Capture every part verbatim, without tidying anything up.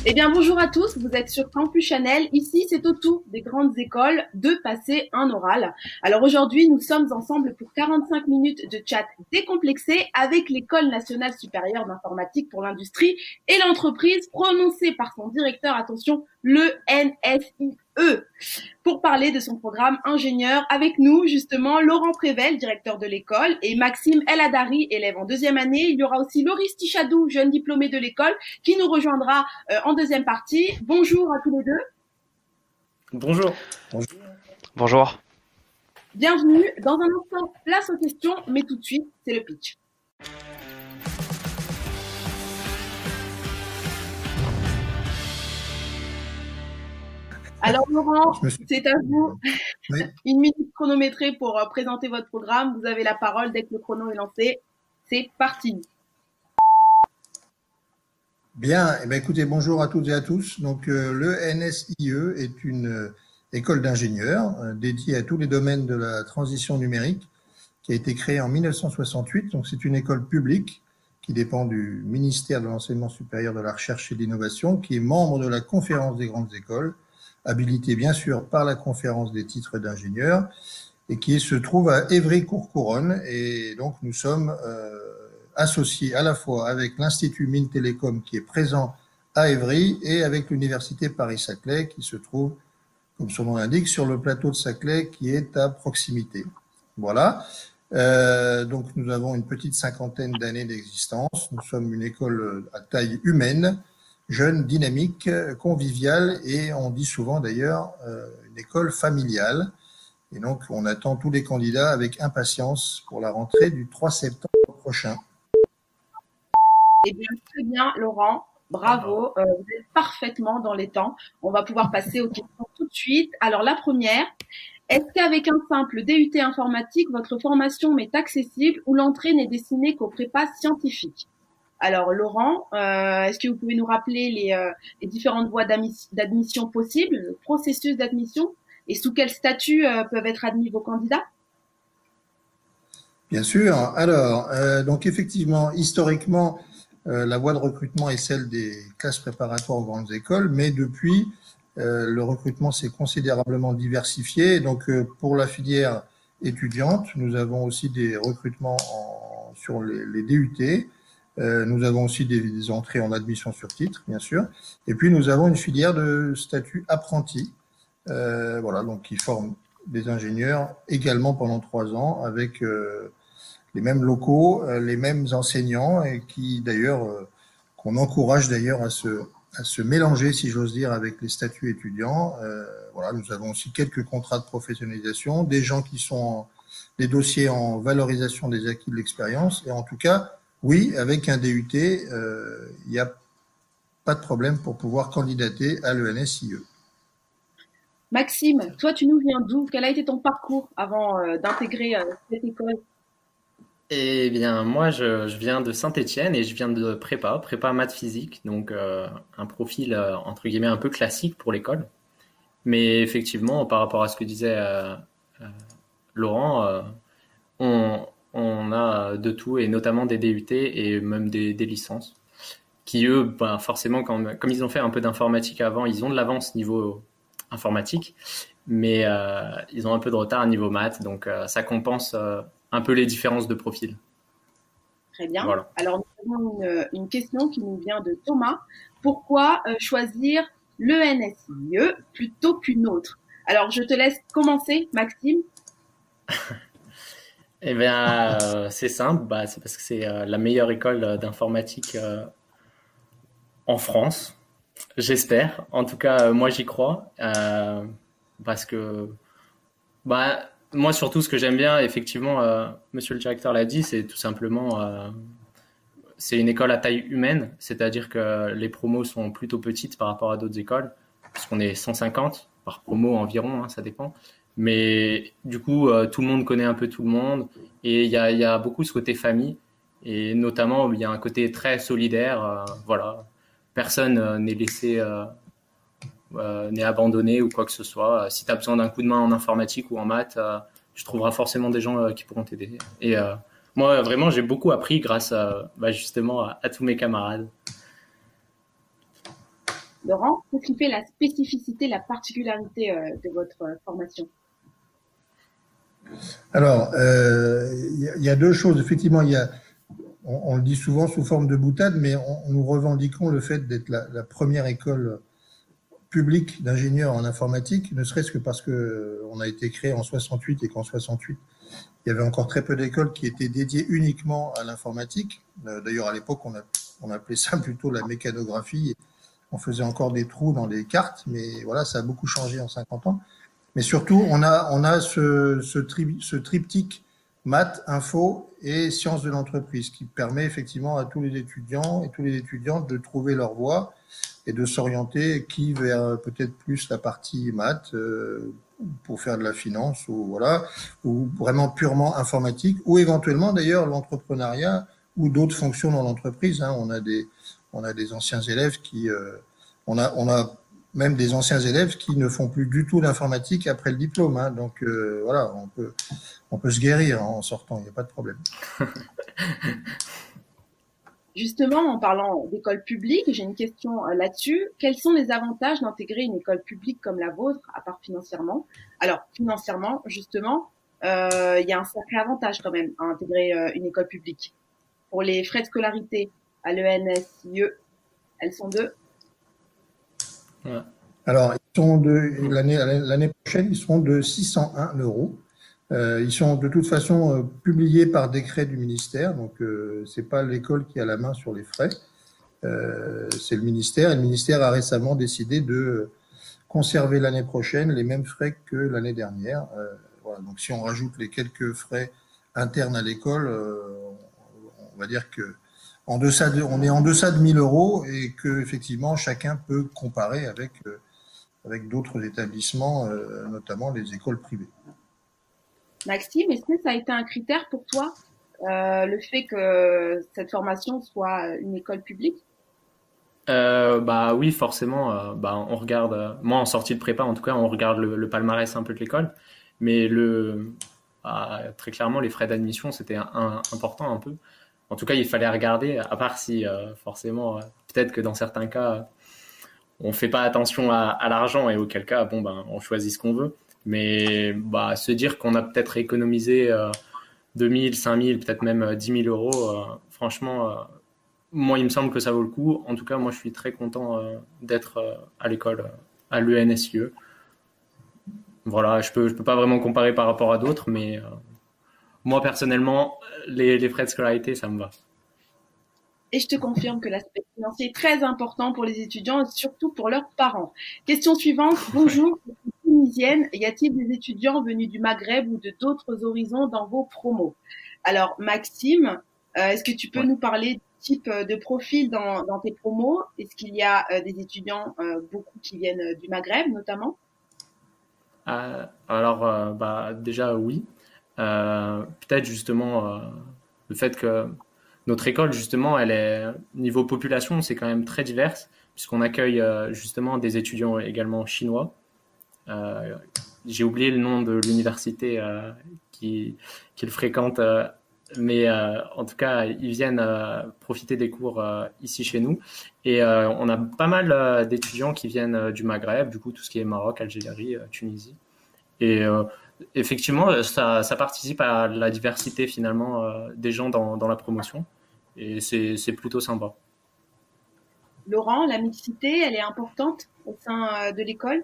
Eh bien, bonjour à tous, vous êtes sur Campus Chanel. Ici, c'est au tour des grandes écoles de passer un oral. Alors aujourd'hui, nous sommes ensemble pour quarante-cinq minutes de chat décomplexé avec l'École nationale supérieure d'informatique pour l'industrie et l'entreprise, prononcée par son directeur, attention, le N S I E, pour parler de son programme ingénieur. Avec nous, justement, Laurent Prével, directeur de l'école, et Maxime El Hadari, élève en deuxième année. Il y aura aussi Loris Tichadou, jeune diplômé de l'école, qui nous rejoindra euh, en deuxième partie. Bonjour à tous les deux. Bonjour. Bonjour. Bonjour. Bienvenue. Dans un instant, place aux questions, mais tout de suite, c'est le pitch. Alors Laurent, suis... c'est à vous. Oui. Une minute chronométrée pour euh, présenter votre programme. Vous avez la parole dès que le chrono est lancé. C'est parti. Bien. Eh bien, écoutez, bonjour à toutes et à tous. Donc, euh, le N S I E est une euh, école d'ingénieurs euh, dédiée à tous les domaines de la transition numérique qui a été créée en mille neuf cent soixante-huit. Donc, c'est une école publique qui dépend du ministère de l'Enseignement supérieur de la Recherche et de l'Innovation, qui est membre de la Conférence des grandes écoles, habilité bien sûr par la conférence des titres d'ingénieurs et qui se trouve à Évry-Courcouronnes. Et donc, nous sommes euh, associés à la fois avec l'Institut Mines Télécom qui est présent à Évry et avec l'Université Paris-Saclay qui se trouve, comme son nom l'indique, sur le plateau de Saclay qui est à proximité. Voilà. Euh, donc, nous avons une petite cinquantaine d'années d'existence. Nous sommes une école à taille humaine, jeune, dynamique, conviviale et on dit souvent d'ailleurs euh, une école familiale. Et donc, on attend tous les candidats avec impatience pour la rentrée du trois septembre prochain. Eh bien, très bien, Laurent. Bravo. Euh, vous êtes parfaitement dans les temps. On va pouvoir passer aux questions tout de suite. Alors, la première, est-ce qu'avec un simple D U T informatique, votre formation m'est accessible ou l'entrée n'est destinée qu'aux prépas scientifiques ? Alors, Laurent, euh, est-ce que vous pouvez nous rappeler les, euh, les différentes voies d'admission possibles, le processus d'admission et sous quel statut euh, peuvent être admis vos candidats ? Bien sûr. Alors, euh, donc effectivement, historiquement, euh, la voie de recrutement est celle des classes préparatoires aux grandes écoles, mais depuis, euh, le recrutement s'est considérablement diversifié. Donc, euh, pour la filière étudiante, nous avons aussi des recrutements en, sur les, les D U T. Euh, nous avons aussi des, des entrées en admission sur titre, bien sûr. Et puis, nous avons une filière de statut apprenti, euh, voilà, donc qui forme des ingénieurs également pendant trois ans avec euh, les mêmes locaux, euh, les mêmes enseignants et qui d'ailleurs, euh, qu'on encourage d'ailleurs à se, à se mélanger, si j'ose dire, avec les statuts étudiants. Euh, voilà, nous avons aussi quelques contrats de professionnalisation, des gens qui sont en, des dossiers en valorisation des acquis de l'expérience et en tout cas, oui, avec un D U T, il euh, n'y a pas de problème pour pouvoir candidater à l'E N S I E. Maxime, toi, tu nous viens d'où ? Quel a été ton parcours avant euh, d'intégrer euh, cette école ? Eh bien, moi, je, je viens de Saint-Étienne et je viens de prépa, prépa maths physique, donc euh, un profil, euh, entre guillemets, un peu classique pour l'école. Mais effectivement, par rapport à ce que disait euh, euh, Laurent, euh, on... on a de tout, et notamment des D U T et même des, des licences, qui eux, ben forcément, quand, comme ils ont fait un peu d'informatique avant, ils ont de l'avance niveau informatique, mais euh, ils ont un peu de retard niveau maths, donc euh, ça compense euh, un peu les différences de profil. Très bien. Voilà. Alors, nous avons une, une question qui nous vient de Thomas. Pourquoi euh, choisir l'E N S I E plutôt qu'une autre ? Alors, je te laisse commencer, Maxime. Eh bien, euh, c'est simple, bah, c'est parce que c'est euh, la meilleure école d'informatique euh, en France, j'espère. En tout cas, euh, moi, j'y crois. Euh, parce que, bah, moi, surtout, ce que j'aime bien, effectivement, euh, monsieur le directeur l'a dit, c'est tout simplement, euh, c'est une école à taille humaine, c'est-à-dire que les promos sont plutôt petites par rapport à d'autres écoles, puisqu'on est cent cinquante par promo environ, hein, ça dépend. Mais du coup, euh, tout le monde connaît un peu tout le monde et il y a, y a beaucoup ce côté famille et notamment il y a un côté très solidaire. Euh, voilà, personne euh, n'est laissé, euh, euh, n'est abandonné ou quoi que ce soit. Euh, si tu as besoin d'un coup de main en informatique ou en maths, euh, tu trouveras forcément des gens euh, qui pourront t'aider. Et euh, moi, vraiment, j'ai beaucoup appris grâce à, bah, justement à, à tous mes camarades. Laurent, qu'est-ce qui fait la spécificité, la particularité euh, de votre euh, formation? Alors, euh, il y, a- il y a deux choses. Effectivement, il y a, on, on le dit souvent sous forme de boutade, mais on, nous revendiquons le fait d'être la, la première école publique d'ingénieurs en informatique, ne serait-ce que parce que on a été créé en soixante-huit et qu'en soixante-huit, il y avait encore très peu d'écoles qui étaient dédiées uniquement à l'informatique. Euh, D'ailleurs, à l'époque, on, a, on appelait ça plutôt la mécanographie. On faisait encore des trous dans les cartes, mais voilà, ça a beaucoup changé en cinquante ans. Mais surtout, on a, on a ce, ce, tri, ce triptyque maths, info et sciences de l'entreprise qui permet effectivement à tous les étudiants et tous les étudiantes de trouver leur voie et de s'orienter qui vers peut-être plus la partie maths euh, pour faire de la finance ou voilà, ou vraiment purement informatique, ou éventuellement d'ailleurs l'entrepreneuriat ou d'autres fonctions dans l'entreprise. Hein. On a des on a des anciens élèves qui euh, on a on a même des anciens élèves qui ne font plus du tout d'informatique après le diplôme. Hein. Donc euh, voilà, on peut on peut se guérir en sortant, il n'y a pas de problème. Justement, en parlant d'école publique, j'ai une question euh, là-dessus. Quels sont les avantages d'intégrer une école publique comme la vôtre, à part financièrement? Alors, financièrement, justement, euh, il y a un sacré avantage quand même à intégrer euh, une école publique. Pour les frais de scolarité à l'E N S I E, elles sont de… Ouais. Alors, ils sont de l'année l'année prochaine, ils seront de six cent un euros. Euh, ils sont de toute façon euh, publiés par décret du ministère, donc euh, c'est pas l'école qui a la main sur les frais, euh, c'est le ministère. Et le ministère a récemment décidé de conserver l'année prochaine les mêmes frais que l'année dernière. Euh, voilà, donc si on rajoute les quelques frais internes à l'école, euh, on va dire que en deçà de, on est en deçà de mille euros et que effectivement chacun peut comparer avec euh, avec d'autres établissements, euh, notamment les écoles privées. Maxime, est-ce que ça a été un critère pour toi, euh, le fait que cette formation soit une école publique? Euh, bah oui, forcément. Euh, bah on regarde. Euh, moi, en sortie de prépa, en tout cas, on regarde le, le palmarès un peu de l'école, mais le bah, très clairement, les frais d'admission, c'était un, un- important un peu. En tout cas, il fallait regarder. À part si, euh, forcément, euh, peut-être que dans certains cas, on fait pas attention à, à l'argent et auquel cas, bon ben, on choisit ce qu'on veut. Mais bah se dire qu'on a peut-être économisé euh, deux mille, cinq mille, peut-être même euh, dix mille euros, euh, franchement. Euh, moi, il me semble que ça vaut le coup. En tout cas, moi, je suis très content euh, d'être euh, à l'école, euh, à l'E N S I E. Voilà, je peux, je peux pas vraiment comparer par rapport à d'autres, mais euh, moi, personnellement, les, les frais de scolarité, ça me va. Et je te confirme que l'aspect financier est très important pour les étudiants et surtout pour leurs parents. Question suivante. Bonjour, je suis tunisienne. Y a-t-il des étudiants venus du Maghreb ou de d'autres horizons dans vos promos? Alors, Maxime, euh, est-ce que tu peux Ouais. nous parler du type euh, de profil dans, dans tes promos? Est-ce qu'il y a euh, des étudiants, euh, beaucoup qui viennent euh, du Maghreb notamment? Euh, alors, euh, bah, déjà, oui. Euh, peut-être justement euh, le fait que notre école, justement, elle est niveau population, c'est quand même très diverse, puisqu'on accueille euh, justement des étudiants également chinois. Euh, j'ai oublié le nom de l'université euh, qui qu'ils fréquentent, euh, mais euh, en tout cas, ils viennent euh, profiter des cours euh, ici chez nous. Et euh, on a pas mal euh, d'étudiants qui viennent euh, du Maghreb, du coup, tout ce qui est Maroc, Algérie, euh, Tunisie. Et euh, effectivement, ça, ça participe à la diversité finalement euh, des gens dans, dans la promotion. Et c'est, c'est plutôt sympa. Laurent, la mixité, elle est importante au sein euh, de l'école?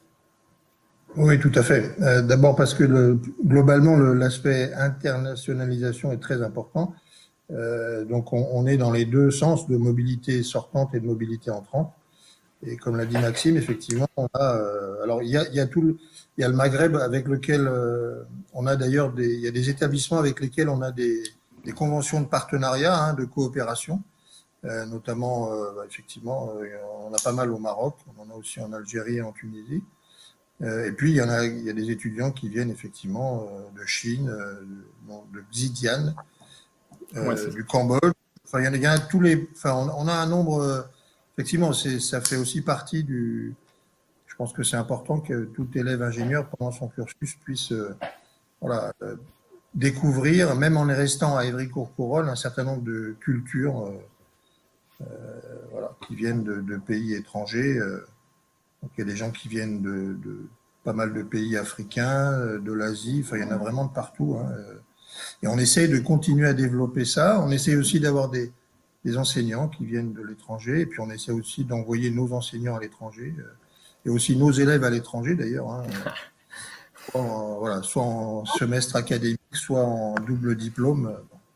Oui, tout à fait. Euh, D'abord parce que le, globalement, le- l'aspect internationalisation est très important. Euh, donc, on, on est dans les deux sens de mobilité sortante et de mobilité entrante. Et comme l'a dit Maxime, effectivement, on a. Euh, alors, il y a, il y a tout, le, il y a le Maghreb avec lequel euh, on a d'ailleurs des, il y a des établissements avec lesquels on a des, des conventions de partenariat, hein, de coopération, euh, notamment, euh, bah, effectivement, euh, on a pas mal au Maroc, on en a aussi en Algérie et en Tunisie. Euh, et puis, il y en a, il y a des étudiants qui viennent effectivement euh, de Chine, euh, de, de Xi'an, Ouais, euh, c'est du Cambodge. Enfin, il y en a, il y en a tous les. Enfin, on, on a un nombre. Euh, effectivement, c'est, ça fait aussi partie du. Je pense que c'est important que tout élève ingénieur pendant son cursus puisse, euh, voilà, euh, découvrir, même en restant à Évry-Courcouronnes, un certain nombre de cultures. Euh, euh, voilà, qui viennent de, de pays étrangers. Euh, donc il y a des gens qui viennent de, de pas mal de pays africains, de l'Asie, enfin il y en a vraiment de partout. Hein. Et on essaye de continuer à développer ça. On essaye aussi d'avoir des, des enseignants qui viennent de l'étranger, et puis on essaie aussi d'envoyer nos enseignants à l'étranger, et aussi nos élèves à l'étranger d'ailleurs, hein. Soit en, voilà, soit en semestre académique, soit en double diplôme.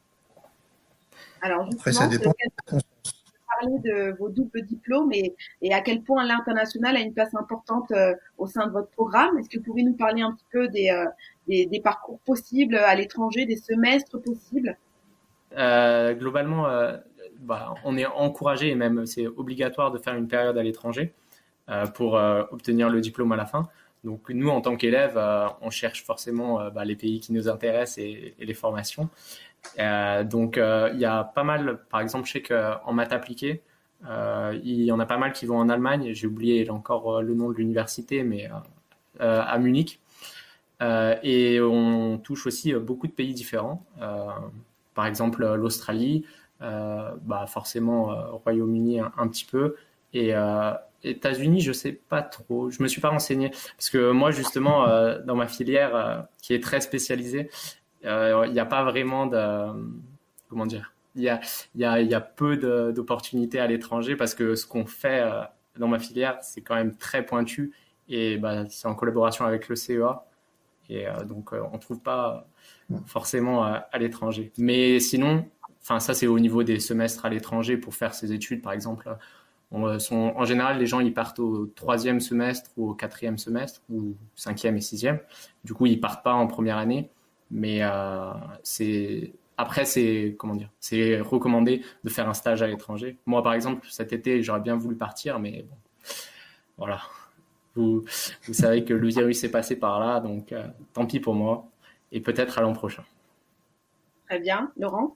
Alors Après, ça justement, dépend. parler de vos doubles diplômes et, et à quel point l'international a une place importante euh, au sein de votre programme. Est-ce que vous pouvez nous parler un petit peu des, euh, des, des parcours possibles à l'étranger, des semestres possibles? euh, Globalement, euh, bah, on est encouragé et même c'est obligatoire de faire une période à l'étranger euh, pour euh, obtenir le diplôme à la fin. Donc nous, en tant qu'élèves, euh, on cherche forcément euh, bah, les pays qui nous intéressent et, et les formations. Euh, donc euh, il y a pas mal, par exemple, je sais qu'en maths appliquée, euh, il y en a pas mal qui vont en Allemagne. J'ai oublié encore le nom de l'université, mais euh, à Munich. Euh, et on touche aussi beaucoup de pays différents. Euh, par exemple, l'Australie, euh, bah forcément euh, Royaume-Uni un, un petit peu, et euh, États-Unis, je sais pas trop. Je me suis pas renseigné parce que moi, justement, euh, dans ma filière euh, qui est très spécialisée, il euh, n'y a pas vraiment de, comment dire, il y a, y a, y a peu d'opportunités à l'étranger parce que ce qu'on fait euh, dans ma filière, c'est quand même très pointu et bah, c'est en collaboration avec le C E A et euh, donc euh, on trouve pas forcément à, à l'étranger. Mais sinon, enfin ça c'est au niveau des semestres à l'étranger pour faire ses études, par exemple. On, sont, en général, les gens ils partent au troisième semestre ou au quatrième semestre ou cinquième et sixième. Du coup, ils partent pas en première année. Mais euh, c'est après c'est comment dire, c'est recommandé de faire un stage à l'étranger. Moi par exemple cet été j'aurais bien voulu partir, mais bon, voilà. Vous, vous savez que le virus est passé par là, donc euh, tant pis pour moi. Et peut-être à l'an prochain. Très bien, Laurent.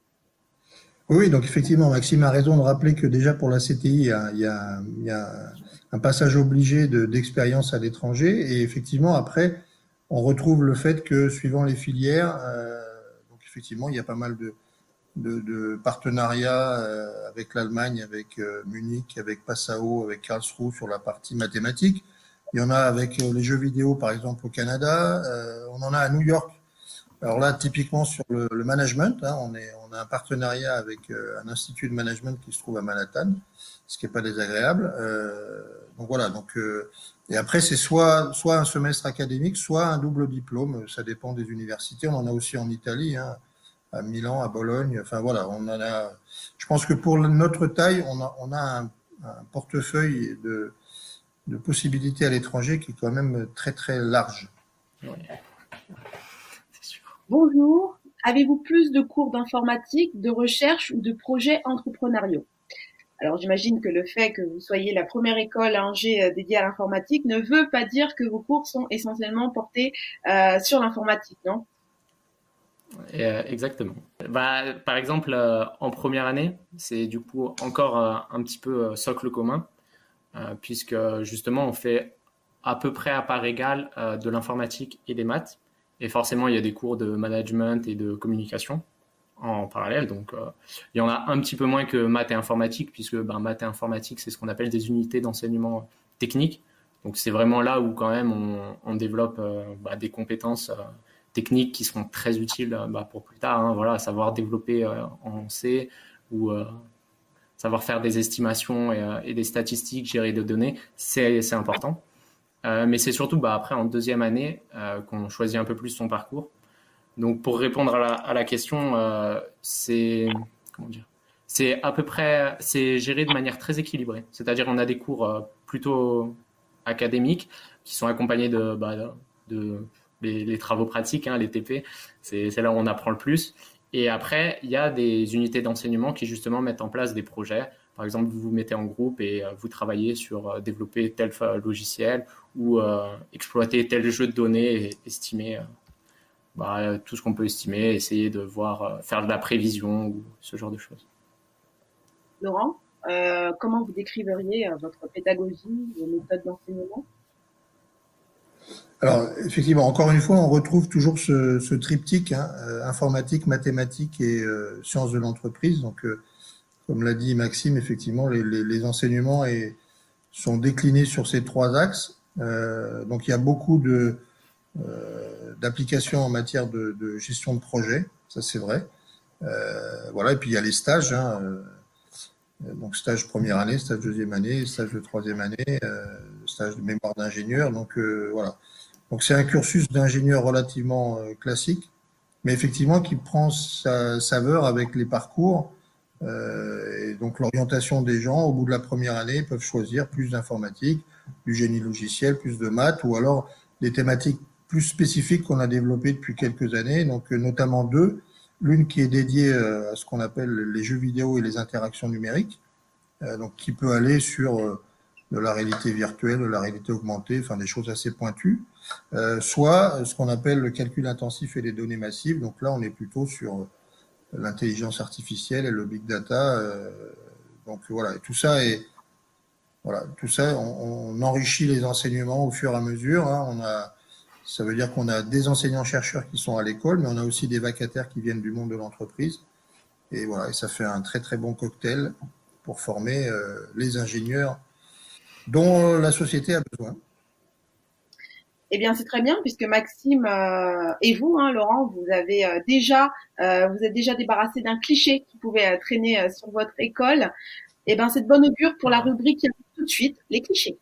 Oui, donc effectivement, Maxime a raison de rappeler que déjà pour la C T I, il y a, il y a, il y a un passage obligé de, d'expérience à l'étranger. Et effectivement, après, on retrouve le fait que suivant les filières, euh, donc effectivement, il y a pas mal de, de, de partenariats euh, avec l'Allemagne, avec euh, Munich, avec Passau, avec Karlsruhe sur la partie mathématique. Il y en a avec euh, les jeux vidéo, par exemple, au Canada. Euh, on en a à New York. Alors là, typiquement sur le, le management, hein, on, est, on a un partenariat avec euh, un institut de management qui se trouve à Manhattan, ce qui n'est pas désagréable. Euh, donc voilà. Donc euh, et après, c'est soit soit un semestre académique, soit un double diplôme. Ça dépend des universités. On en a aussi en Italie, hein, à Milan, à Bologne. Enfin voilà, on en a. Je pense que pour notre taille, on a on a un, un portefeuille de de possibilités à l'étranger qui est quand même très très large. Oui. Bonjour, avez-vous plus de cours d'informatique, de recherche ou de projets entrepreneuriaux? Alors j'imagine que le fait que vous soyez la première école à Angers dédiée à l'informatique ne veut pas dire que vos cours sont essentiellement portés euh, sur l'informatique, non? Euh, exactement. Bah, par exemple, euh, en première année, c'est du coup encore euh, un petit peu euh, socle commun, euh, puisque justement on fait à peu près à part égale euh, de l'informatique et des maths. Et forcément, il y a des cours de management et de communication en parallèle. Donc, euh, il y en a un petit peu moins que maths et informatique, puisque ben, maths et informatique, c'est ce qu'on appelle des unités d'enseignement technique. Donc, c'est vraiment là où quand même on, on développe euh, bah, des compétences euh, techniques qui seront très utiles euh, bah, pour plus tard. Hein, voilà, savoir développer euh, en C ou euh, savoir faire des estimations et, euh, et des statistiques, gérer des données, c'est, c'est important. Euh, mais c'est surtout bah, après en deuxième année euh, qu'on choisit un peu plus son parcours. Donc pour répondre à la, à la question, euh, c'est comment dire, c'est à peu près, c'est géré de manière très équilibrée. C'est-à-dire on a des cours euh, plutôt académiques qui sont accompagnés de, bah, de, de les, les travaux pratiques, hein, les T P. C'est, c'est là où on apprend le plus. Et après il y a des unités d'enseignement qui justement mettent en place des projets. Par exemple, vous vous mettez en groupe et euh, vous travaillez sur euh, développer tel logiciel ou euh, exploiter tel jeu de données et estimer euh, bah, tout ce qu'on peut estimer, essayer de voir, euh, faire de la prévision ou ce genre de choses. Laurent, euh, comment vous décriveriez euh, votre pédagogie, vos méthodes d'enseignement? Alors, effectivement, encore une fois, on retrouve toujours ce, ce triptyque, hein, euh, informatique, mathématiques et euh, sciences de l'entreprise. Donc, euh, comme l'a dit Maxime, effectivement, les, les, les enseignements est, sont déclinés sur ces trois axes. Euh, donc, il y a beaucoup de, euh, d'applications en matière de, de gestion de projet, ça c'est vrai. Euh, voilà, et puis il y a les stages, hein, euh, donc stage première année, stage deuxième année, stage de troisième année, euh, stage de mémoire d'ingénieur. Donc euh, voilà. Donc c'est un cursus d'ingénieur relativement euh, classique, mais effectivement qui prend sa saveur avec les parcours. Euh, et donc l'orientation des gens au bout de la première année peuvent choisir plus d'informatique, du génie logiciel, plus de maths, ou alors des thématiques plus spécifiques qu'on a développées depuis quelques années, donc euh, notamment deux. L'une qui est dédiée à ce qu'on appelle les jeux vidéo et les interactions numériques, euh, donc qui peut aller sur euh, de la réalité virtuelle, de la réalité augmentée, enfin des choses assez pointues, euh, soit ce qu'on appelle le calcul intensif et les données massives. Donc là, on est plutôt sur l'intelligence artificielle et le big data. Euh, donc voilà, et tout ça est voilà, tout ça, on, on enrichit les enseignements au fur et à mesure. Hein. On a Ça veut dire qu'on a des enseignants-chercheurs qui sont à l'école, mais on a aussi des vacataires qui viennent du monde de l'entreprise. Et voilà, et ça fait un très très bon cocktail pour former euh, les ingénieurs dont la société a besoin. Eh bien, c'est très bien puisque Maxime euh, et vous, hein, Laurent, vous avez euh, déjà, euh, vous êtes déjà débarrassé d'un cliché qui pouvait euh, traîner euh, sur votre école. Eh bien, c'est de bonne augure pour la rubrique qui arrive tout de suite, les clichés.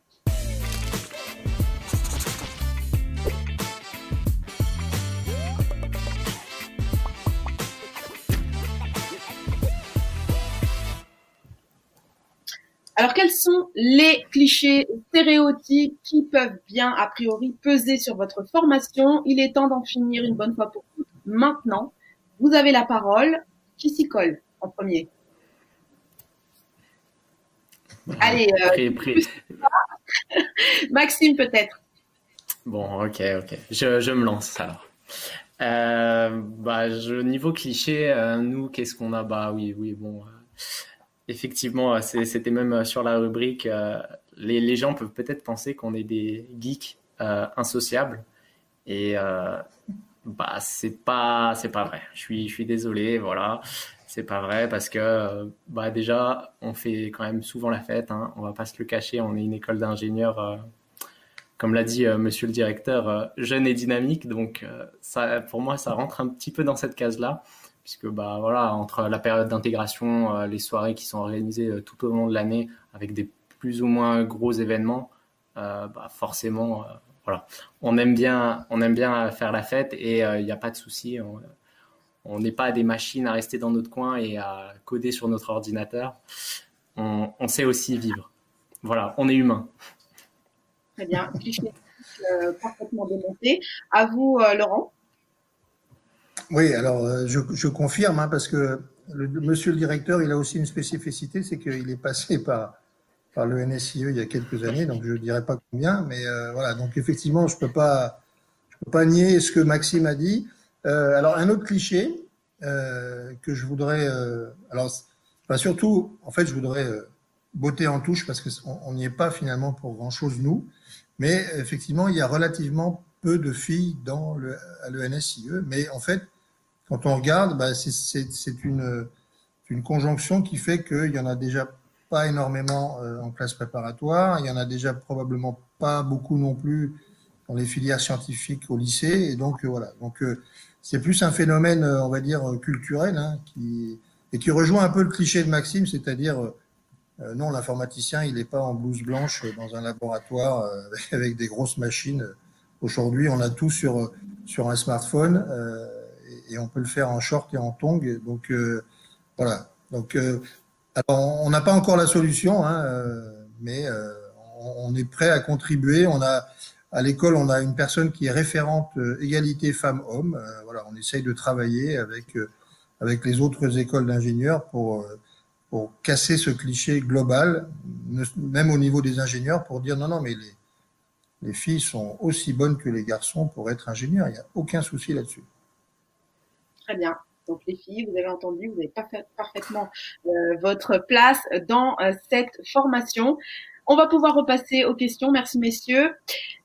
Alors, quels sont les clichés, stéréotypes qui peuvent bien, a priori, peser sur votre formation? Il est temps d'en finir une bonne fois pour toutes. Maintenant, vous avez la parole. Qui s'y colle en premier? Allez, euh, pré, pré. Maxime peut-être. Bon, ok, ok. Je, je me lance alors. Euh, bah, je, niveau cliché, euh, nous, qu'est-ce qu'on a? Bah oui, oui, bon... Euh... Effectivement, c'était même sur la rubrique. Euh, les, les gens peuvent peut-être penser qu'on est des geeks euh, insociables, et euh, bah c'est pas c'est pas vrai. Je suis je suis désolé, voilà, c'est pas vrai parce que euh, bah déjà on fait quand même souvent la fête. Hein, on va pas se le cacher. On est une école d'ingénieurs, euh, comme l'a dit euh, Monsieur le directeur, euh, jeune et dynamique. Donc euh, ça, pour moi, ça rentre un petit peu dans cette case-là. Puisque bah voilà, entre la période d'intégration, euh, les soirées qui sont organisées euh, tout au long de l'année avec des plus ou moins gros événements, euh, bah forcément, euh, voilà, on aime bien, on aime bien faire la fête et il euh, n'y a pas de souci. On n'est pas des machines à rester dans notre coin et à coder sur notre ordinateur. On, on sait aussi vivre. Voilà, on est humain. Très bien, cliché euh, parfaitement démonté. À vous, euh, Laurent. Oui, alors je, je confirme, hein, parce que le, monsieur le directeur, il a aussi une spécificité, c'est qu'il est passé par, par le N S I E il y a quelques années, donc je ne dirais pas combien, mais euh, voilà, donc effectivement, je ne peux pas, je peux pas nier ce que Maxime a dit. Euh, alors, un autre cliché euh, que je voudrais, euh, alors, enfin, surtout, en fait, je voudrais euh, botter en touche parce qu'on n'y est pas finalement pour grand-chose, nous, mais effectivement, il y a relativement peu de filles dans le, à l'E N S I E, mais en fait, quand on regarde, bah, c'est une, une conjonction qui fait qu'il y en a déjà pas énormément euh, en classe préparatoire, il y en a déjà probablement pas beaucoup non plus dans les filières scientifiques au lycée, et donc euh, voilà. Donc euh, c'est plus un phénomène, euh, on va dire, culturel, hein, qui, et qui rejoint un peu le cliché de Maxime, c'est-à-dire euh, non, l'informaticien, il n'est pas en blouse blanche dans un laboratoire euh, avec des grosses machines. Aujourd'hui, on a tout sur, sur un smartphone. Euh, et on peut le faire en short et en tongs. Donc euh, voilà. Donc euh, alors on n'a pas encore la solution, hein, euh, mais euh, on est prêt à contribuer. On a à l'école, on a une personne qui est référente euh, égalité femmes-hommes. Euh, voilà, on essaye de travailler avec euh, avec les autres écoles d'ingénieurs pour euh, pour casser ce cliché global, même au niveau des ingénieurs, pour dire non non mais les les filles sont aussi bonnes que les garçons pour être ingénieurs. Il n'y a aucun souci là-dessus. Très bien. Donc les filles, vous avez entendu, vous avez parfaitement euh, votre place dans euh, cette formation. On va pouvoir repasser aux questions. Merci messieurs.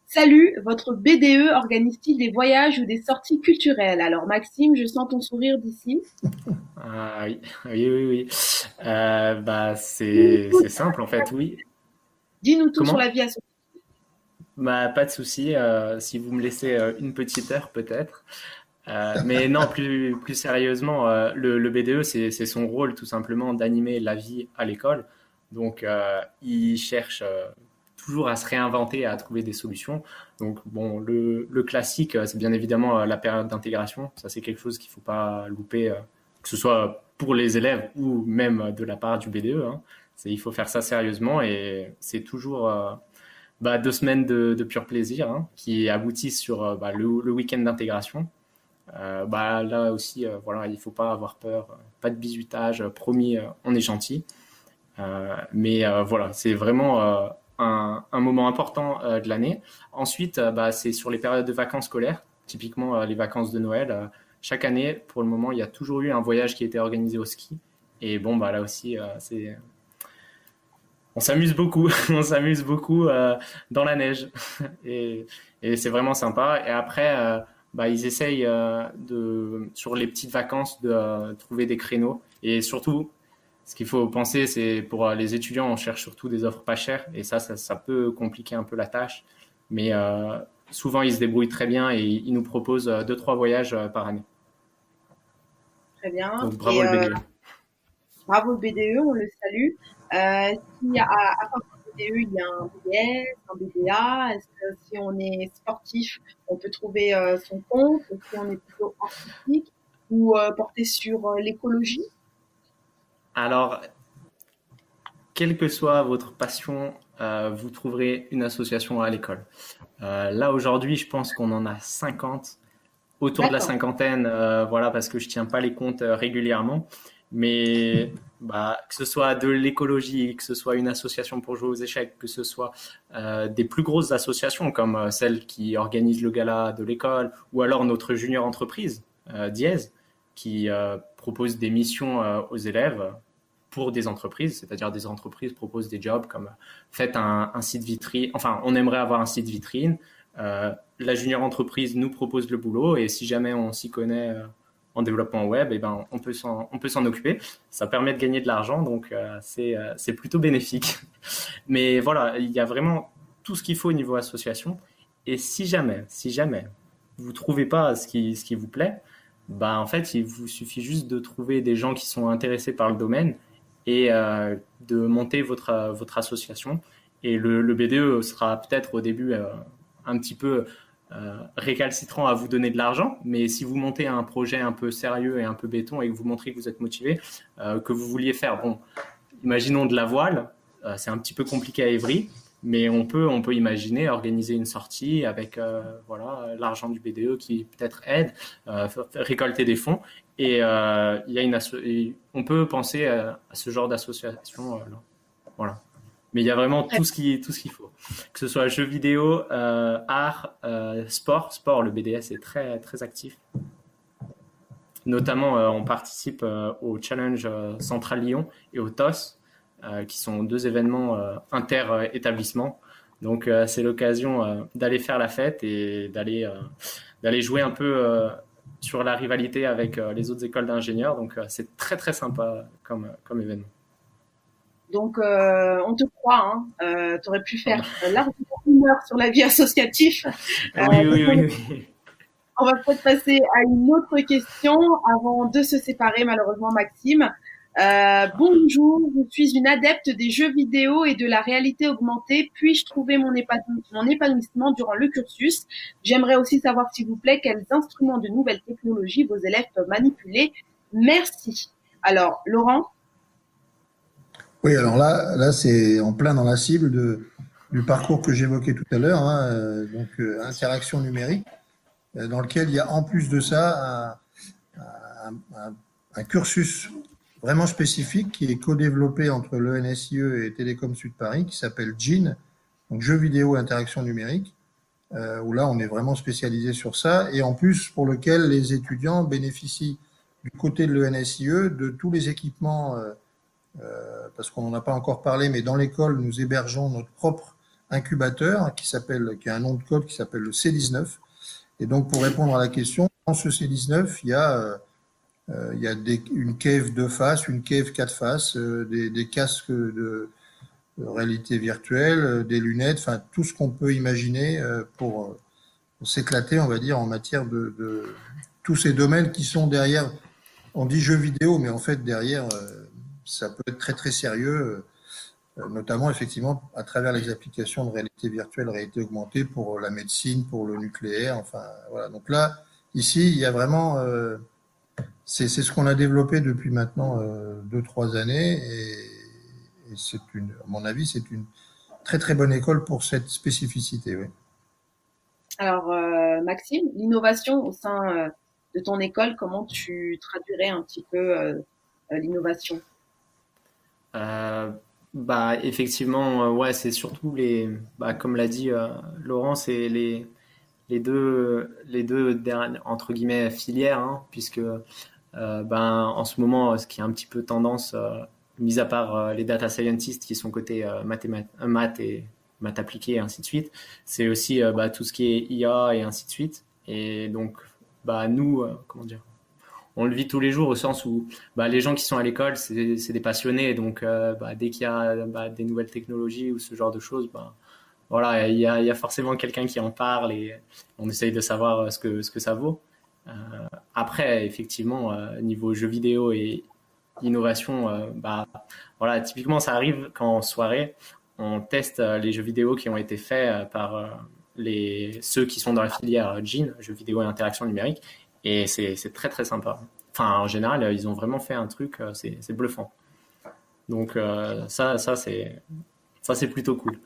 Salut, votre B D E organise-t-il des voyages ou des sorties culturelles? Alors Maxime, je sens ton sourire d'ici. Ah oui, oui, oui, oui. Euh, bah, Dis-nous c'est tout, c'est simple en fait, oui. dis-nous tout sur la Comment? vie associative. Bah, pas de souci. Euh, si vous me laissez euh, une petite heure peut-être. Euh, mais non, plus plus sérieusement, euh, le, le B D E, c'est c'est son rôle tout simplement d'animer la vie à l'école. Donc, euh, il cherche euh, toujours à se réinventer, à trouver des solutions. Donc, bon, le, le classique, euh, c'est bien évidemment euh, la période d'intégration. Ça, c'est quelque chose qu'il faut pas louper, euh, que ce soit pour les élèves ou même de la part du B D E, hein. C'est, il faut faire ça sérieusement et c'est toujours euh, bah, deux semaines de, de pur plaisir, hein, qui aboutissent sur euh, bah, le, le week-end d'intégration. Euh, bah, là aussi, euh, voilà, il faut pas avoir peur, euh, pas de bizutage, euh, promis, euh, on est gentil. Euh, mais euh, voilà, c'est vraiment euh, un, un moment important euh, de l'année. Ensuite, euh, bah, c'est sur les périodes de vacances scolaires, typiquement euh, les vacances de Noël. Euh, chaque année, pour le moment, il y a toujours eu un voyage qui a été organisé au ski. Et bon, bah là aussi, euh, c'est, on s'amuse beaucoup, on s'amuse beaucoup euh, dans la neige et, et c'est vraiment sympa. Et après, euh, bah, ils essayent euh, de, sur les petites vacances de euh, trouver des créneaux. Et surtout, ce qu'il faut penser, c'est pour euh, les étudiants, on cherche surtout des offres pas chères et ça, ça, ça peut compliquer un peu la tâche. Mais euh, souvent, ils se débrouillent très bien et ils nous proposent euh, deux, trois voyages euh, par année. Très bien. Donc bravo Et le euh, B D E. bravo le B D E, on le salue. Euh, si à, à part le B D E, il y a un B D S, un B D A, est-ce que si on est sportif, on peut trouver euh, son compte, ou si on est plutôt artistique ou euh, porté sur euh, l'écologie? Alors, quelle que soit votre passion, euh, vous trouverez une association à l'école. Euh, là, aujourd'hui, je pense qu'on en a cinquante, autour de la D'accord. cinquantaine, euh, voilà, parce que je tiens pas les comptes euh, régulièrement. Mais bah, que ce soit de l'écologie, que ce soit une association pour jouer aux échecs, que ce soit euh, des plus grosses associations comme euh, celle qui organise le gala de l'école, ou alors notre junior entreprise, euh, Diez, qui euh, propose des missions euh, aux élèves pour des entreprises, c'est-à-dire des entreprises proposent des jobs comme faites un, un site vitrine, enfin on aimerait avoir un site vitrine, euh, la junior entreprise nous propose le boulot et si jamais on s'y connaît euh, en développement web, eh ben, on peut s'en, on peut s'en occuper. Ça permet de gagner de l'argent, donc euh, c'est, euh, c'est plutôt bénéfique. Mais voilà, il y a vraiment tout ce qu'il faut au niveau association. Et si jamais, si jamais vous trouvez pas ce qui, ce qui vous plaît, bah en fait, il vous suffit juste de trouver des gens qui sont intéressés par le domaine et euh, de monter votre, votre association. Et le, le B D E sera peut-être au début euh, un petit peu euh, récalcitrant à vous donner de l'argent, mais si vous montez un projet un peu sérieux et un peu béton et que vous montrez que vous êtes motivé, euh, que vous vouliez faire, bon, imaginons de la voile, euh, c'est un petit peu compliqué à Évry, mais on peut, on peut imaginer organiser une sortie avec euh, voilà, l'argent du B D E qui peut-être aide, euh, récolter des fonds. Et euh, il y a une asso- et on peut penser à, à ce genre d'association. Euh, là. Voilà. Mais il y a vraiment tout ce qui, tout ce qu'il faut. Que ce soit jeux vidéo, euh, art, euh, sport. Sport, le B D S est très, très actif. Notamment, euh, on participe euh, au Challenge euh, Central Lyon et au T O S, euh, qui sont deux événements euh, inter-établissements. Donc, euh, c'est l'occasion euh, d'aller faire la fête et d'aller euh, d'aller jouer un peu euh, sur la rivalité avec euh, les autres écoles d'ingénieurs. Donc, euh, c'est très, très sympa comme, comme événement. Donc, euh, on te croit, hein. Euh, tu aurais pu Ah faire bah. euh, largement une heure sur la vie associative. Euh, Oui, oui, donc on, oui, oui. on va peut-être passer à une autre question avant de se séparer, malheureusement, Maxime. Euh, bonjour, je suis une adepte des jeux vidéo et de la réalité augmentée. Puis-je trouver mon, épanoui- mon épanouissement durant le cursus? J'aimerais aussi savoir, s'il vous plaît, quels instruments de nouvelles technologies vos élèves peuvent manipuler. Merci. Alors, Laurent? Oui, alors là, là c'est en plein dans la cible de, du parcours que j'évoquais tout à l'heure, hein, euh, donc euh, interaction numérique, euh, dans lequel il y a en plus de ça un, un, un, un cursus vraiment spécifique qui est co-développé entre l'E N S I E et Télécom Sud Paris, qui s'appelle G I N, donc jeux vidéo interaction numérique, euh, où là on est vraiment spécialisé sur ça, et en plus pour lequel les étudiants bénéficient du côté de l'E N S I E de tous les équipements, euh, euh, parce qu'on n'en a pas encore parlé, mais dans l'école nous hébergeons notre propre incubateur qui s'appelle, qui a un nom de code qui s'appelle le C dix-neuf. Et donc, pour répondre à la question, dans ce C dix-neuf, il y a, euh, il y a des, une cave deux faces, une cave quatre faces, euh, des, des casques de, de réalité virtuelle, des lunettes, enfin tout ce qu'on peut imaginer euh, pour, pour s'éclater, on va dire, en matière de, de tous ces domaines qui sont derrière. On dit jeux vidéo, mais en fait derrière, euh, ça peut être très très sérieux. Euh, notamment effectivement à travers les applications de réalité virtuelle, réalité augmentée pour la médecine, pour le nucléaire, enfin voilà. Donc là, ici, il y a vraiment, euh, c'est ce qu'on a développé depuis maintenant euh, deux, trois années et, et c'est une, à mon avis, c'est une très très bonne école pour cette spécificité. Oui. Alors euh, Maxime, l'innovation au sein euh, de ton école, comment tu traduirais un petit peu euh, l'innovation? Euh, Bah, effectivement, euh, ouais, c'est surtout les, bah, comme l'a dit euh, Laurent, c'est les, les deux, les deux dernières, entre guillemets, filières, hein, puisque euh, ben, en ce moment, ce qui est un petit peu tendance, euh, mis à part euh, les data scientists qui sont côté euh, mathémat- euh, maths et maths appliquées et ainsi de suite, c'est aussi euh, bah, tout ce qui est I A et ainsi de suite. Et donc, bah, nous, euh, comment dire, on le vit tous les jours au sens où bah, les gens qui sont à l'école, c'est c'est des passionnés. Donc, euh, bah, dès qu'il y a bah, des nouvelles technologies ou ce genre de choses, bah, voilà, il y a, il y a forcément quelqu'un qui en parle et on essaye de savoir ce que, ce que ça vaut. Euh, Après, effectivement, euh, niveau jeux vidéo et innovation, euh, bah, voilà, typiquement, ça arrive qu'en soirée, on teste euh, les jeux vidéo qui ont été faits euh, par euh, les, ceux qui sont dans la filière G I N, jeux vidéo et interaction numérique, et c'est c'est très très sympa. Enfin, en général, ils ont vraiment fait un truc, euh, c'est c'est bluffant. Donc euh, ça, ça c'est ça c'est plutôt cool.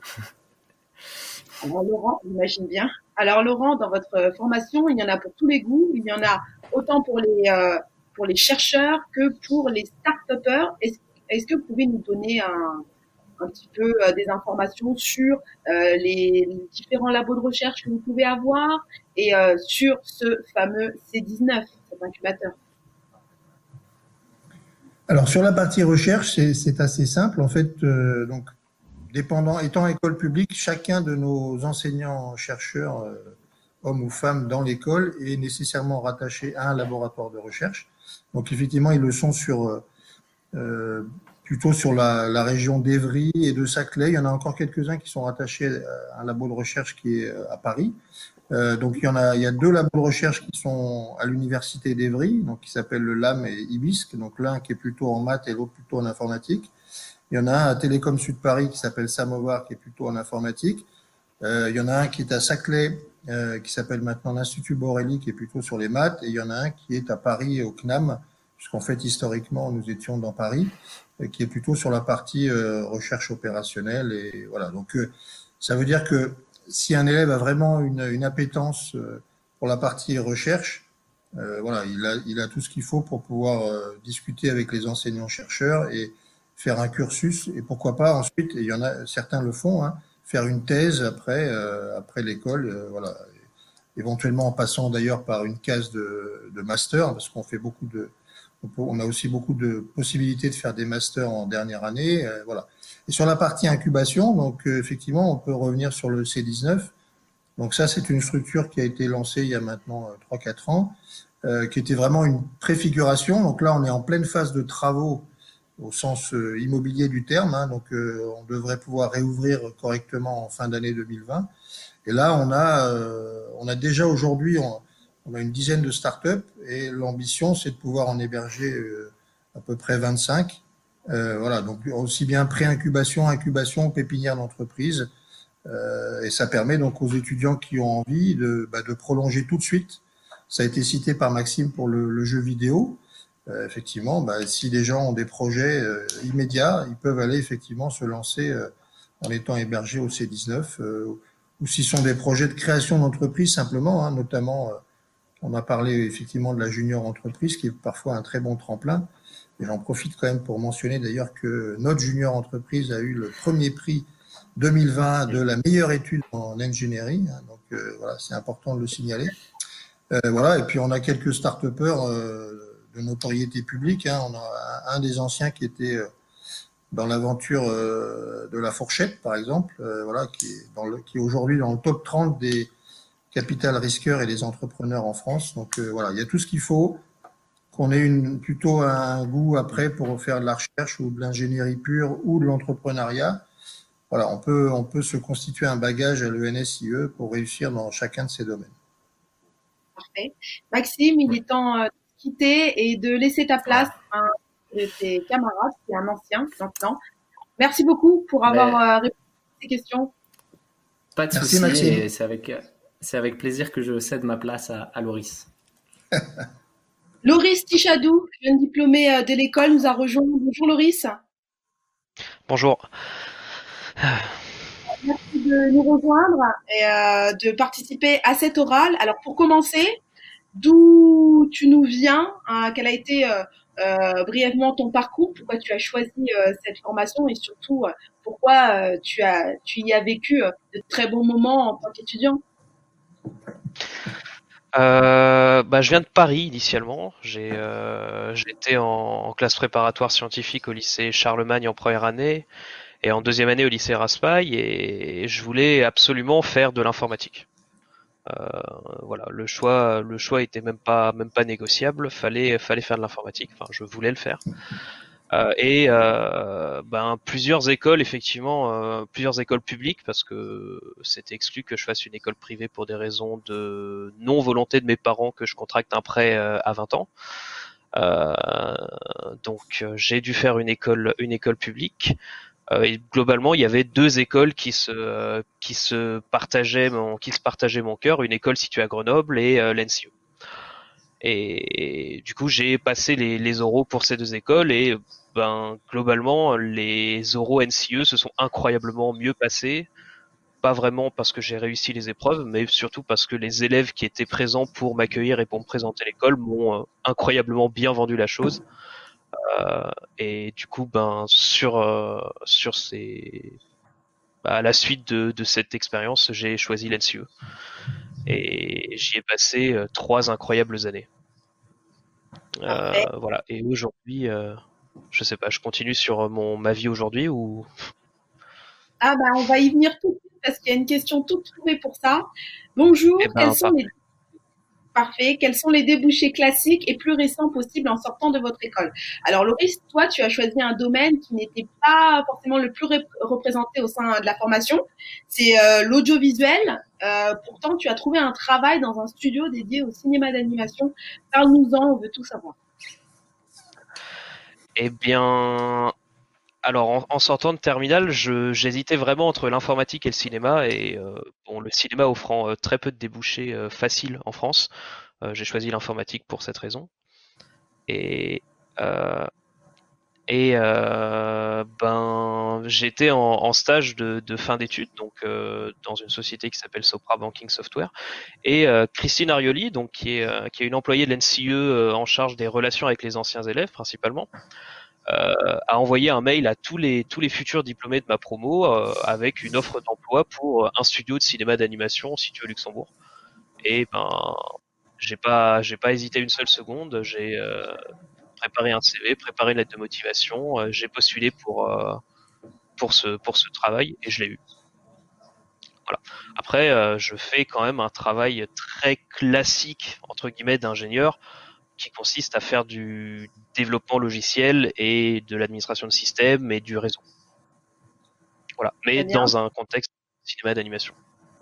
Alors Laurent, j'imagine bien. Alors Laurent, dans votre formation, il y en a pour tous les goûts. Il y en a autant pour les euh, pour les chercheurs que pour les start-upers. Est-ce est-ce que vous pouvez nous donner un, un petit peu euh, des informations sur euh, les, les différents labos de recherche que vous pouvez avoir et euh, sur ce fameux C dix-neuf, cet incubateur? Alors sur la partie recherche, c'est assez simple. En fait, euh, donc dépendant, étant école publique, chacun de nos enseignants-chercheurs, euh, hommes ou femmes dans l'école, est nécessairement rattaché à un laboratoire de recherche. Donc effectivement, ils le sont sur euh, plutôt sur la, la région d'Évry et de Saclay. Il y en a encore quelques-uns qui sont rattachés à un labo de recherche qui est à Paris. Euh, donc il y en a, il y a deux labos de recherche qui sont à l'université d'Évry, donc qui s'appellent le L A M et IBISC. Donc l'un qui est plutôt en maths et l'autre plutôt en informatique. Il y en a un à Télécom Sud Paris qui s'appelle Samovar, qui est plutôt en informatique. Euh, il y en a un qui est à Saclay, euh, qui s'appelle maintenant l'Institut Borelli, qui est plutôt sur les maths. Et il y en a un qui est à Paris, au C N A M, puisqu'en fait, historiquement, nous étions dans Paris, euh, qui est plutôt sur la partie euh, recherche opérationnelle. Et voilà. Donc, euh, ça veut dire que si un élève a vraiment une, une appétence euh, pour la partie recherche, euh, voilà, il a, il a tout ce qu'il faut pour pouvoir euh, discuter avec les enseignants-chercheurs et faire un cursus, et pourquoi pas ensuite, et il y en a certains le font, hein, faire une thèse après, euh, après l'école, euh, voilà, éventuellement en passant d'ailleurs par une case de, de master, parce qu'on fait beaucoup de, on a aussi beaucoup de possibilités de faire des masters en dernière année, euh, voilà. Et sur la partie incubation, donc euh, effectivement, on peut revenir sur le C dix-neuf. Donc ça, c'est une structure qui a été lancée il y a maintenant euh, trois quatre ans, euh, qui était vraiment une préfiguration. Donc là, on est en pleine phase de travaux au sens euh, immobilier du terme, hein, donc euh, on devrait pouvoir réouvrir correctement en fin d'année deux mille vingt. Et là, on a, euh, on a déjà aujourd'hui, on, on a une dizaine de startups et l'ambition, c'est de pouvoir en héberger euh, à peu près vingt-cinq. Euh, voilà, donc aussi bien pré-incubation, incubation, pépinière d'entreprise. Euh, et ça permet donc aux étudiants qui ont envie de, bah, de prolonger tout de suite. Ça a été cité par Maxime pour le, le jeu vidéo. Euh, effectivement, bah, si les gens ont des projets euh, immédiats, ils peuvent aller effectivement se lancer euh, en étant hébergés au C dix-neuf, euh, ou s'ils sont des projets de création d'entreprise simplement, hein, notamment, euh, on a parlé effectivement de la junior entreprise, qui est parfois un très bon tremplin. Et j'en profite quand même pour mentionner d'ailleurs que notre junior entreprise a eu le premier prix deux mille vingt de la meilleure étude en ingénierie, hein, donc euh, voilà, c'est important de le signaler. Euh, voilà, et puis on a quelques start-upers euh, de notoriété publique. Hein. On a un des anciens qui était dans l'aventure euh, de la fourchette, par exemple, euh, voilà, qui est, dans le, qui est aujourd'hui dans le top trente des capital risqueurs et des entrepreneurs en France. Donc euh, voilà, il y a tout ce qu'il faut, qu'on ait une, plutôt un goût après pour faire de la recherche ou de l'ingénierie pure ou de l'entrepreneuriat. Voilà, on peut, on peut se constituer un bagage à l'E N S I E pour réussir dans chacun de ces domaines. Parfait. Maxime, il est temps euh, de quitter et de laisser ta place à un de tes camarades, qui est un ancien maintenant. Merci beaucoup pour avoir Mais, euh, répondu à ces questions. pas de Merci, souci, Maxime. et c'est avec, c'est avec plaisir que je cède ma place à, à Loris. Loris Tichadou, jeune diplômé euh, de l'école, nous a rejoint. Bonjour Loris. Bonjour. Merci de nous rejoindre et euh, de participer à cet oral. Alors pour commencer, d'où tu nous viens, hein, quel a été euh, euh, brièvement ton parcours, pourquoi tu as choisi euh, cette formation et surtout euh, pourquoi euh, tu as tu y as vécu euh, de très bons moments en tant qu'étudiant. Euh, bah, je viens de Paris initialement. J'ai, euh, j'étais en, en classe préparatoire scientifique au lycée Charlemagne en première année et en deuxième année au lycée Raspail, et je voulais absolument faire de l'informatique. Euh, voilà, le choix, le choix était même pas, même pas négociable. Fallait, fallait faire de l'informatique. Enfin, je voulais le faire. Euh, et euh, ben plusieurs écoles, effectivement, euh, plusieurs écoles publiques, parce que c'était exclu que je fasse une école privée pour des raisons de non volonté de mes parents que je contracte un prêt euh, à vingt ans. Euh, donc euh, j'ai dû faire une école, une école publique. Euh, et globalement, il y avait deux écoles qui se, euh, qui se partageaient mon, qui se partageaient mon cœur, une école située à Grenoble et euh, l'N C E. Et, et du coup, j'ai passé les, les oraux pour ces deux écoles et ben globalement, les oraux N C E se sont incroyablement mieux passés. Pas vraiment parce que j'ai réussi les épreuves, mais surtout parce que les élèves qui étaient présents pour m'accueillir et pour me présenter l'école m'ont euh, incroyablement bien vendu la chose. Euh, et du coup, ben sur euh, sur ces bah, à la suite de, de cette expérience, j'ai choisi l'N C E et j'y ai passé euh, trois incroyables années. Euh, voilà. Et aujourd'hui, euh, je sais pas, je continue sur mon ma vie aujourd'hui ou Ah bah on va y venir tout de suite parce qu'il y a une question toute trouvée pour ça. Bonjour, eh ben, quels sont parfait. les Parfait. Quels sont les débouchés classiques et plus récents possibles en sortant de votre école? Alors, Loris, toi, tu as choisi un domaine qui n'était pas forcément le plus rep- représenté au sein de la formation. C'est euh, l'audiovisuel. Euh, pourtant, tu as trouvé un travail dans un studio dédié au cinéma d'animation. Parle-nous-en, on veut tout savoir. Eh bien, alors en, en sortant de terminale, je, j'hésitais vraiment entre l'informatique et le cinéma. Et euh, bon, le cinéma offrant euh, très peu de débouchés euh, faciles en France, euh, j'ai choisi l'informatique pour cette raison. Et euh, et euh, ben j'étais en, en stage de, de fin d'études, donc euh, dans une société qui s'appelle Sopra Banking Software. Et euh, Christine Arioli, donc qui est euh, qui est une employée de l'N C E euh, en charge des relations avec les anciens élèves principalement, euh, a envoyé un mail à tous les tous les futurs diplômés de ma promo euh, avec une offre d'emploi pour un studio de cinéma d'animation situé au Luxembourg. Et ben j'ai pas j'ai pas hésité une seule seconde. J'ai euh, préparé un C V, préparé une lettre de motivation. Euh, j'ai postulé pour euh, pour ce pour ce travail et je l'ai eu. Voilà. Après, euh, je fais quand même un travail très classique entre guillemets d'ingénieur, qui consiste à faire du développement logiciel et de l'administration de système et du réseau. Voilà, mais Très bien. dans un contexte cinéma d'animation.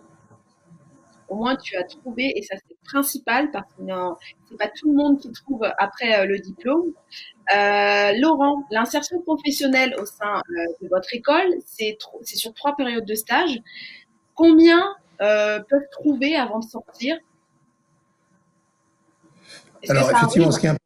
Au moins, tu as trouvé, et ça c'est principal parce que non, c'est pas tout le monde qui trouve après euh, le diplôme. Euh, Laurent, l'insertion professionnelle au sein euh, de votre école, c'est tro- c'est sur trois périodes de stage. Combien euh, peuvent trouver avant de sortir? Est-ce que Alors, ça effectivement, arrive? ce qui est important,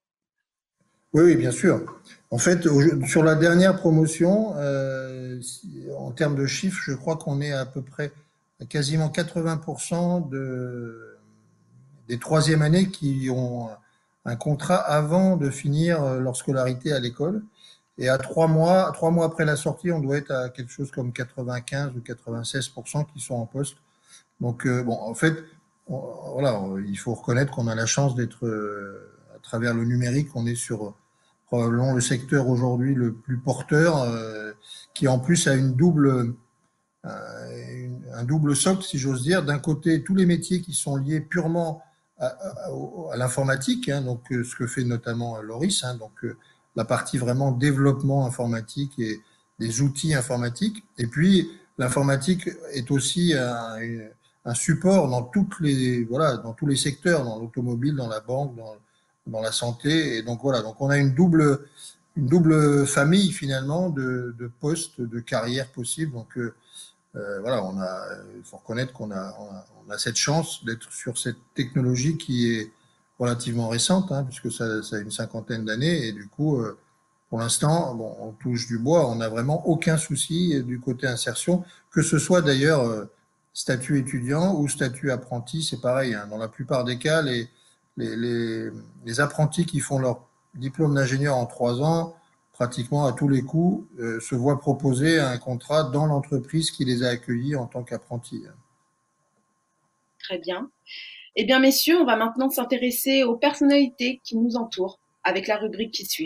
oui, oui, bien sûr. En fait, au- sur la dernière promotion, euh, si- en termes de chiffres, je crois qu'on est à peu près à quasiment quatre-vingts pour cent de, des troisième années qui ont un contrat avant de finir euh, leur scolarité à l'école. Et à trois mois, trois mois après la sortie, on doit être à quelque chose comme quatre-vingt-quinze ou quatre-vingt-seize pour cent qui sont en poste. Donc, euh, bon, en fait, on- voilà, il faut reconnaître qu'on a la chance d'être, euh, à travers le numérique, on est sur probablement le secteur aujourd'hui le plus porteur, euh, qui en plus a une double, euh, une, un double socle, si j'ose dire. D'un côté, tous les métiers qui sont liés purement à, à, à l'informatique, hein, donc ce que fait notamment Loris, hein, donc la partie vraiment développement informatique et des outils informatiques. Et puis l'informatique est aussi un, un support dans toutes les voilà dans tous les secteurs, dans l'automobile, dans la banque, dans dans la santé. Et donc voilà, donc on a une double une double famille finalement de, de postes, de carrières possibles. Donc euh, voilà, on a, il faut reconnaître qu'on a, on a, on a cette chance d'être sur cette technologie qui est relativement récente, hein, puisque ça, ça a une cinquantaine d'années, et du coup, euh, pour l'instant, bon, on touche du bois, on n'a vraiment aucun souci du côté insertion, que ce soit d'ailleurs euh, statut étudiant ou statut apprenti, c'est pareil. Hein, dans la plupart des cas, les, les, les, les apprentis qui font leur diplôme d'ingénieur en trois ans, pratiquement à tous les coups, euh, se voient proposer un contrat dans l'entreprise qui les a accueillis en tant qu'apprentis. Très bien. Eh bien, messieurs, on va maintenant s'intéresser aux personnalités qui nous entourent avec la rubrique Qui suis-je ?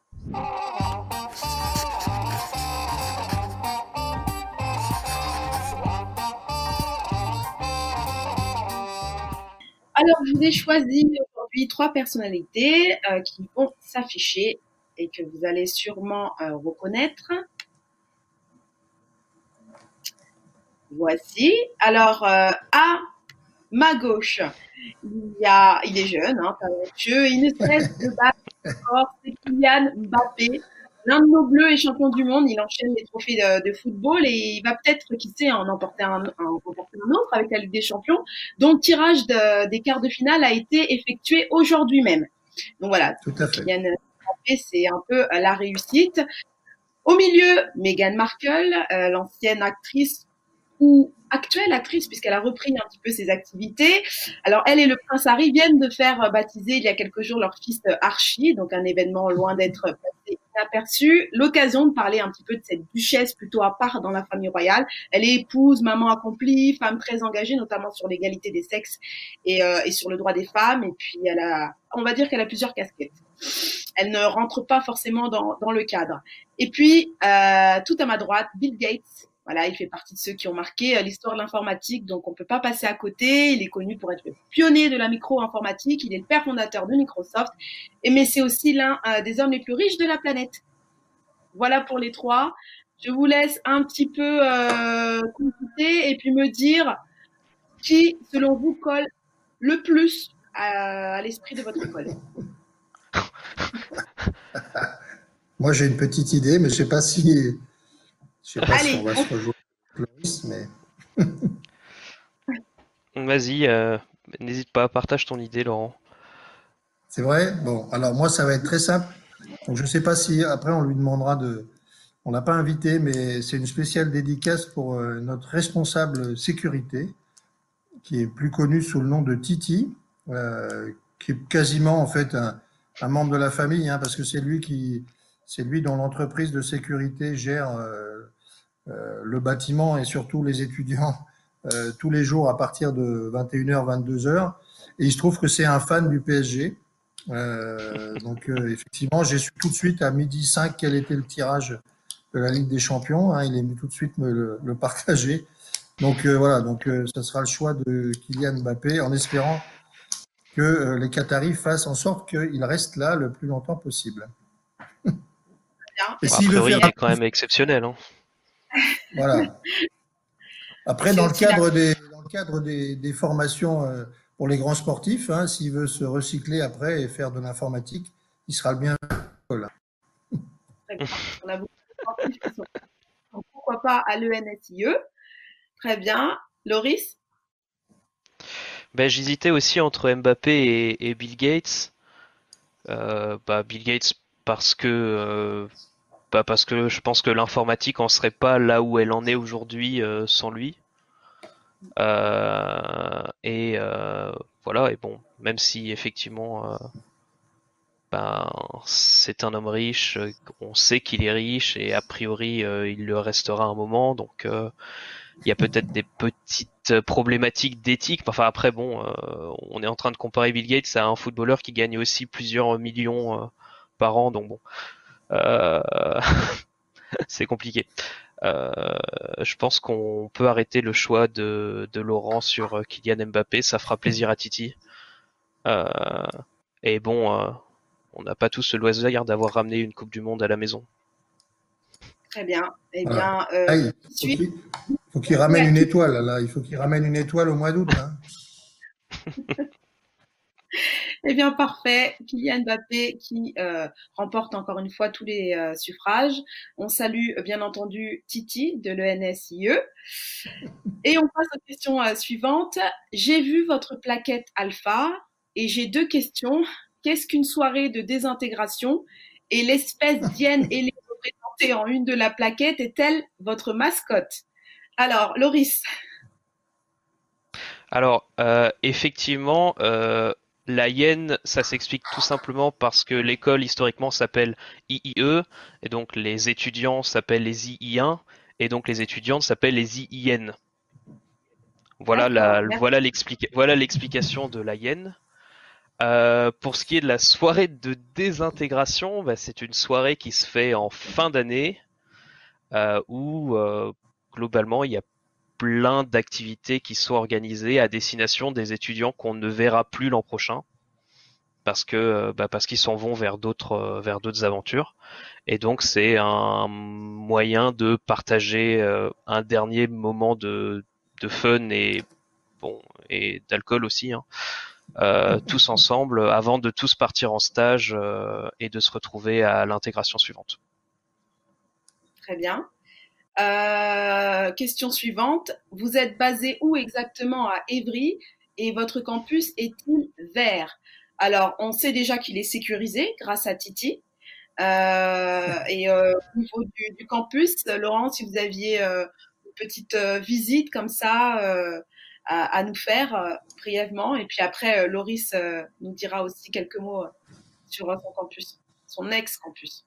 Alors, je vous ai choisi aujourd'hui trois personnalités euh, qui vont s'afficher et que vous allez sûrement euh, reconnaître. Voici. Alors, euh, à ma gauche, il, y a, il est jeune, hein, talentueux, il ne cesse de battre encore, c'est Kylian Mbappé. L'un de nos bleus est champion du monde, il enchaîne les trophées de, de football et il va peut-être, qui sait, en emporter un, en emporter un autre avec la Ligue des Champions. Donc, le tirage de, des quarts de finale a été effectué aujourd'hui même. Donc voilà, tout à fait. Kylian Mbappé, c'est un peu la réussite. Au milieu, Meghan Markle, euh, l'ancienne actrice ou actuelle actrice, puisqu'elle a repris un petit peu ses activités. Alors, elle et le prince Harry viennent de faire baptiser il y a quelques jours leur fils Archie, donc un événement loin d'être passé inaperçu. L'occasion de parler un petit peu de cette duchesse plutôt à part dans la famille royale. Elle est épouse, maman accomplie, femme très engagée, notamment sur l'égalité des sexes et, euh, et sur le droit des femmes. Et puis, elle a, on va dire qu'elle a plusieurs casquettes. Elle ne rentre pas forcément dans, dans le cadre. Et puis, euh, tout à ma droite, Bill Gates. Voilà, il fait partie de ceux qui ont marqué l'histoire de l'informatique, donc on peut pas passer à côté. Il est connu pour être le pionnier de la micro-informatique. Il est le père fondateur de Microsoft, et mais c'est aussi l'un euh, des hommes les plus riches de la planète. Voilà pour les trois. Je vous laisse un petit peu euh, consulter et puis me dire qui, selon vous, colle le plus à, à l'esprit de votre école. Moi, j'ai une petite idée, mais je sais pas si... Je sais pas Allez, si on va on... se rejoindre avec Loris, mais... Vas-y, euh, n'hésite pas, partage ton idée, Laurent. C'est vrai? Bon, alors moi, ça va être très simple. Donc, je ne sais pas si après, on lui demandera de... On l'a pas invité, mais c'est une spéciale dédicace pour euh, notre responsable sécurité, qui est plus connu sous le nom de Titi, euh, qui est quasiment en fait un, un membre de la famille, hein, parce que c'est lui qui... C'est lui dont l'entreprise de sécurité gère euh, euh, le bâtiment et surtout les étudiants euh, tous les jours à partir de vingt et une heures, vingt-deux heures. Et il se trouve que c'est un fan du P S G. Euh, donc euh, effectivement, j'ai su tout de suite à midi cinq quel était le tirage de la Ligue des Champions. Hein, il est venu tout de suite me le, le partager. Donc euh, voilà, donc euh, ça sera le choix de Kylian Mbappé en espérant que euh, les Qataris fassent en sorte qu'il reste là le plus longtemps possible. Et bon, a priori, il est quand même exceptionnel. Hein. Voilà. Après, dans le, cadre des, dans le cadre des, des formations euh, pour les grands sportifs, hein, s'il veut se recycler après et faire de l'informatique, il sera le bien. Voilà. On a beaucoup de sportifs qui sont... Donc, pourquoi pas à l'E N S I E. Très bien. Loris? Ben, j'hésitais aussi entre Mbappé et, et Bill Gates. Euh, bah, Bill Gates parce que euh, bah parce que je pense que l'informatique en serait pas là où elle en est aujourd'hui euh, sans lui. Euh, et euh, voilà, et bon, même si effectivement euh, ben, c'est un homme riche, on sait qu'il est riche et a priori euh, il le restera un moment, donc euh, il y a peut-être des petites problématiques d'éthique. Enfin après bon, euh, on est en train de comparer Bill Gates à un footballeur qui gagne aussi plusieurs millions euh, par an, donc bon, euh... c'est compliqué. Euh, je pense qu'on peut arrêter le choix de, de Laurent sur Kylian Mbappé, ça fera plaisir à Titi. Euh, et bon, euh, on n'a pas tous le loisir d'avoir ramené une Coupe du Monde à la maison. Très bien. Eh Voilà. bien, euh, Ah, il faut suite... qu'il faut qu'il ramène une étoile. Là, il faut qu'il ramène une étoile au mois d'août. Hein. Eh bien, parfait. Kylian Mbappé qui euh, remporte encore une fois tous les euh, suffrages. On salue bien entendu Titi de l'E N S I E. Et on passe aux questions euh, suivantes. J'ai vu votre plaquette alpha et j'ai deux questions. Qu'est-ce qu'une soirée de désintégration et l'espèce d'hyène ailée représentée en une de la plaquette est-elle votre mascotte? Alors, Loris. Alors, euh, effectivement, euh, la hyène, ça s'explique tout simplement parce que l'école historiquement s'appelle I I E, et donc les étudiants s'appellent les I I un, et donc les étudiantes s'appellent les I I N. Voilà la, voilà l'explica- voilà l'explication de la hyène. Euh, pour ce qui est de la soirée de désintégration, bah, c'est une soirée qui se fait en fin d'année, euh, où euh, globalement il y a plein d'activités qui sont organisées à destination des étudiants qu'on ne verra plus l'an prochain, parce que bah, parce qu'ils s'en vont vers d'autres vers d'autres aventures, et donc c'est un moyen de partager euh, un dernier moment de de fun et bon et d'alcool aussi, hein, euh, tous ensemble avant de tous partir en stage euh, et de se retrouver à l'intégration suivante. Très bien. Euh, question suivante. Vous êtes basé où exactement à Évry et votre campus est-il vert? Alors, on sait déjà qu'il est sécurisé grâce à Titi. Euh, et euh, au niveau du, du campus, Laurent, si vous aviez euh, une petite euh, visite comme ça euh, à, à nous faire euh, brièvement. Et puis après, euh, Loris euh, nous dira aussi quelques mots euh, sur euh, son campus, son ex-campus.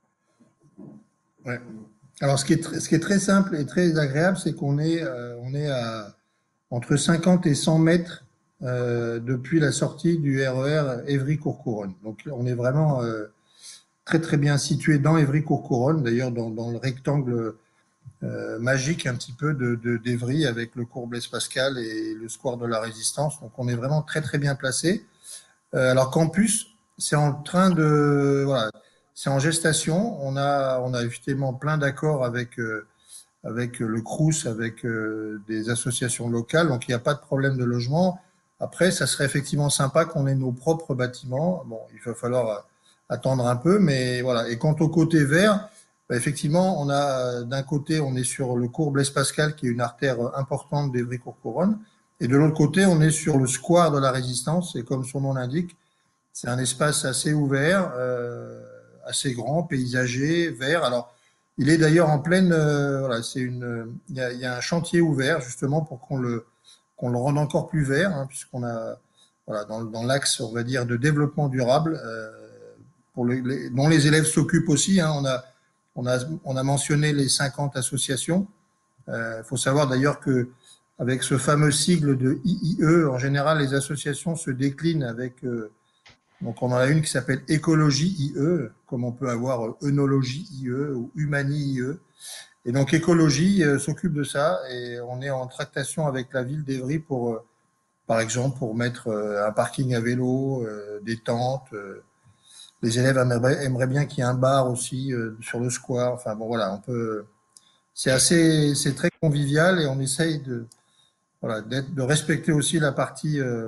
Ouais. Alors, ce qui, est tr- ce qui est très simple et très agréable, c'est qu'on est, euh, on est à entre cinquante et cent mètres euh, depuis la sortie du R E R Évry-Courcouronnes. Donc, on est vraiment euh, très, très bien situé dans Évry-Courcouronnes, d'ailleurs dans, dans le rectangle euh, magique un petit peu de, de, d'Évry avec le cours Blaise Pascal et le square de la Résistance. Donc, on est vraiment très, très bien placé. Euh, alors, campus, c'est en train de... Voilà, c'est en gestation. On a, on a effectivement plein d'accords avec, euh, avec le Crous, avec euh, des associations locales. Donc, il n'y a pas de problème de logement. Après, ça serait effectivement sympa qu'on ait nos propres bâtiments. Bon, il va falloir attendre un peu, mais voilà. Et quant au côté vert, bah, effectivement, on a d'un côté, on est sur le cours Blaise Pascal, qui est une artère importante d'Évry-Courcouronnes. Et de l'autre côté, on est sur le square de la Résistance. Et comme son nom l'indique, c'est un espace assez ouvert, euh, assez grand, paysager, vert. Alors, il est d'ailleurs en pleine, euh, voilà, c'est une, il y a, il y a un chantier ouvert justement pour qu'on le, qu'on le rende encore plus vert, hein, puisqu'on a, voilà, dans, dans l'axe, on va dire, de développement durable, euh, pour le, les, dont les élèves s'occupent aussi. Hein, on a, on a, on a mentionné les cinquante associations. Il euh, faut savoir d'ailleurs que avec ce fameux sigle de I I E, en général, les associations se déclinent avec euh, donc, on en a une qui s'appelle Écologie I E, comme on peut avoir œnologie I E ou humanie I E. Et donc, Écologie euh, s'occupe de ça et on est en tractation avec la ville d'Évry pour, euh, par exemple, pour mettre euh, un parking à vélo, euh, des tentes. Euh, les élèves aimeraient, aimeraient bien qu'il y ait un bar aussi euh, sur le square. Enfin, bon, voilà, on peut. C'est assez, c'est très convivial et on essaye de, voilà, d'être, de respecter aussi la partie euh,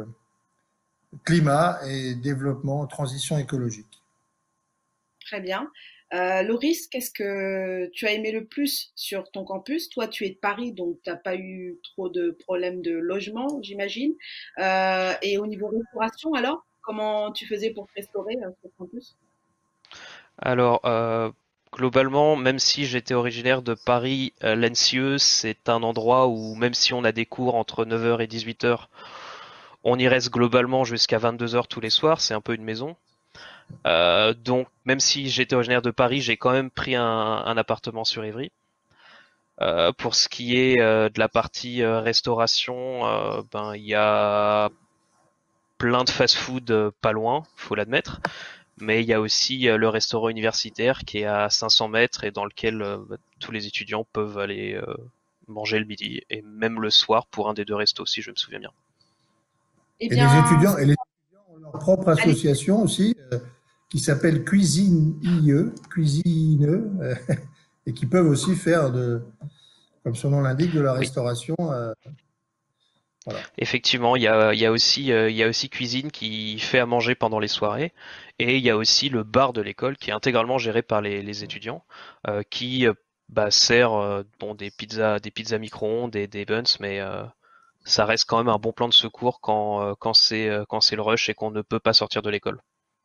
climat et développement, transition écologique. Très bien. Euh, Loris, qu'est-ce que tu as aimé le plus sur ton campus? Toi, tu es de Paris, donc tu n'as pas eu trop de problèmes de logement, j'imagine. Euh, et au niveau restauration, alors, comment tu faisais pour te restaurer euh, sur ton campus? Alors, euh, globalement, même si j'étais originaire de Paris, euh, l'N C E, c'est un endroit où, même si on a des cours entre neuf heures et dix-huit heures, on y reste globalement jusqu'à vingt-deux heures tous les soirs, c'est un peu une maison. Euh, donc, même si j'étais originaire de Paris, j'ai quand même pris un, un appartement sur Évry. Euh, pour ce qui est euh, de la partie euh, restauration, euh, ben il y a plein de fast-food euh, pas loin, faut l'admettre. Mais il y a aussi euh, le restaurant universitaire qui est à cinq cents mètres et dans lequel euh, bah, tous les étudiants peuvent aller euh, manger le midi et même le soir pour un des deux restos, si je me souviens bien. Eh Et les bien, étudiants, et les étudiants ont leur propre allez, association aussi, euh, qui s'appelle Cuisine I E, Cuisine, euh, et qui peuvent aussi faire, de, comme son nom l'indique, de la Oui, restauration. euh, voilà. effectivement, il y a, il y a aussi, euh, il y a aussi cuisine qui fait à manger pendant les soirées et il y a aussi le bar de l'école qui est intégralement géré par les, les étudiants, euh, qui euh, bah, sert euh, bon, des pizzas, des pizzas micro-ondes, des, des buns, mais euh, ça reste quand même un bon plan de secours quand, euh, quand c'est euh, quand c'est le rush et qu'on ne peut pas sortir de l'école.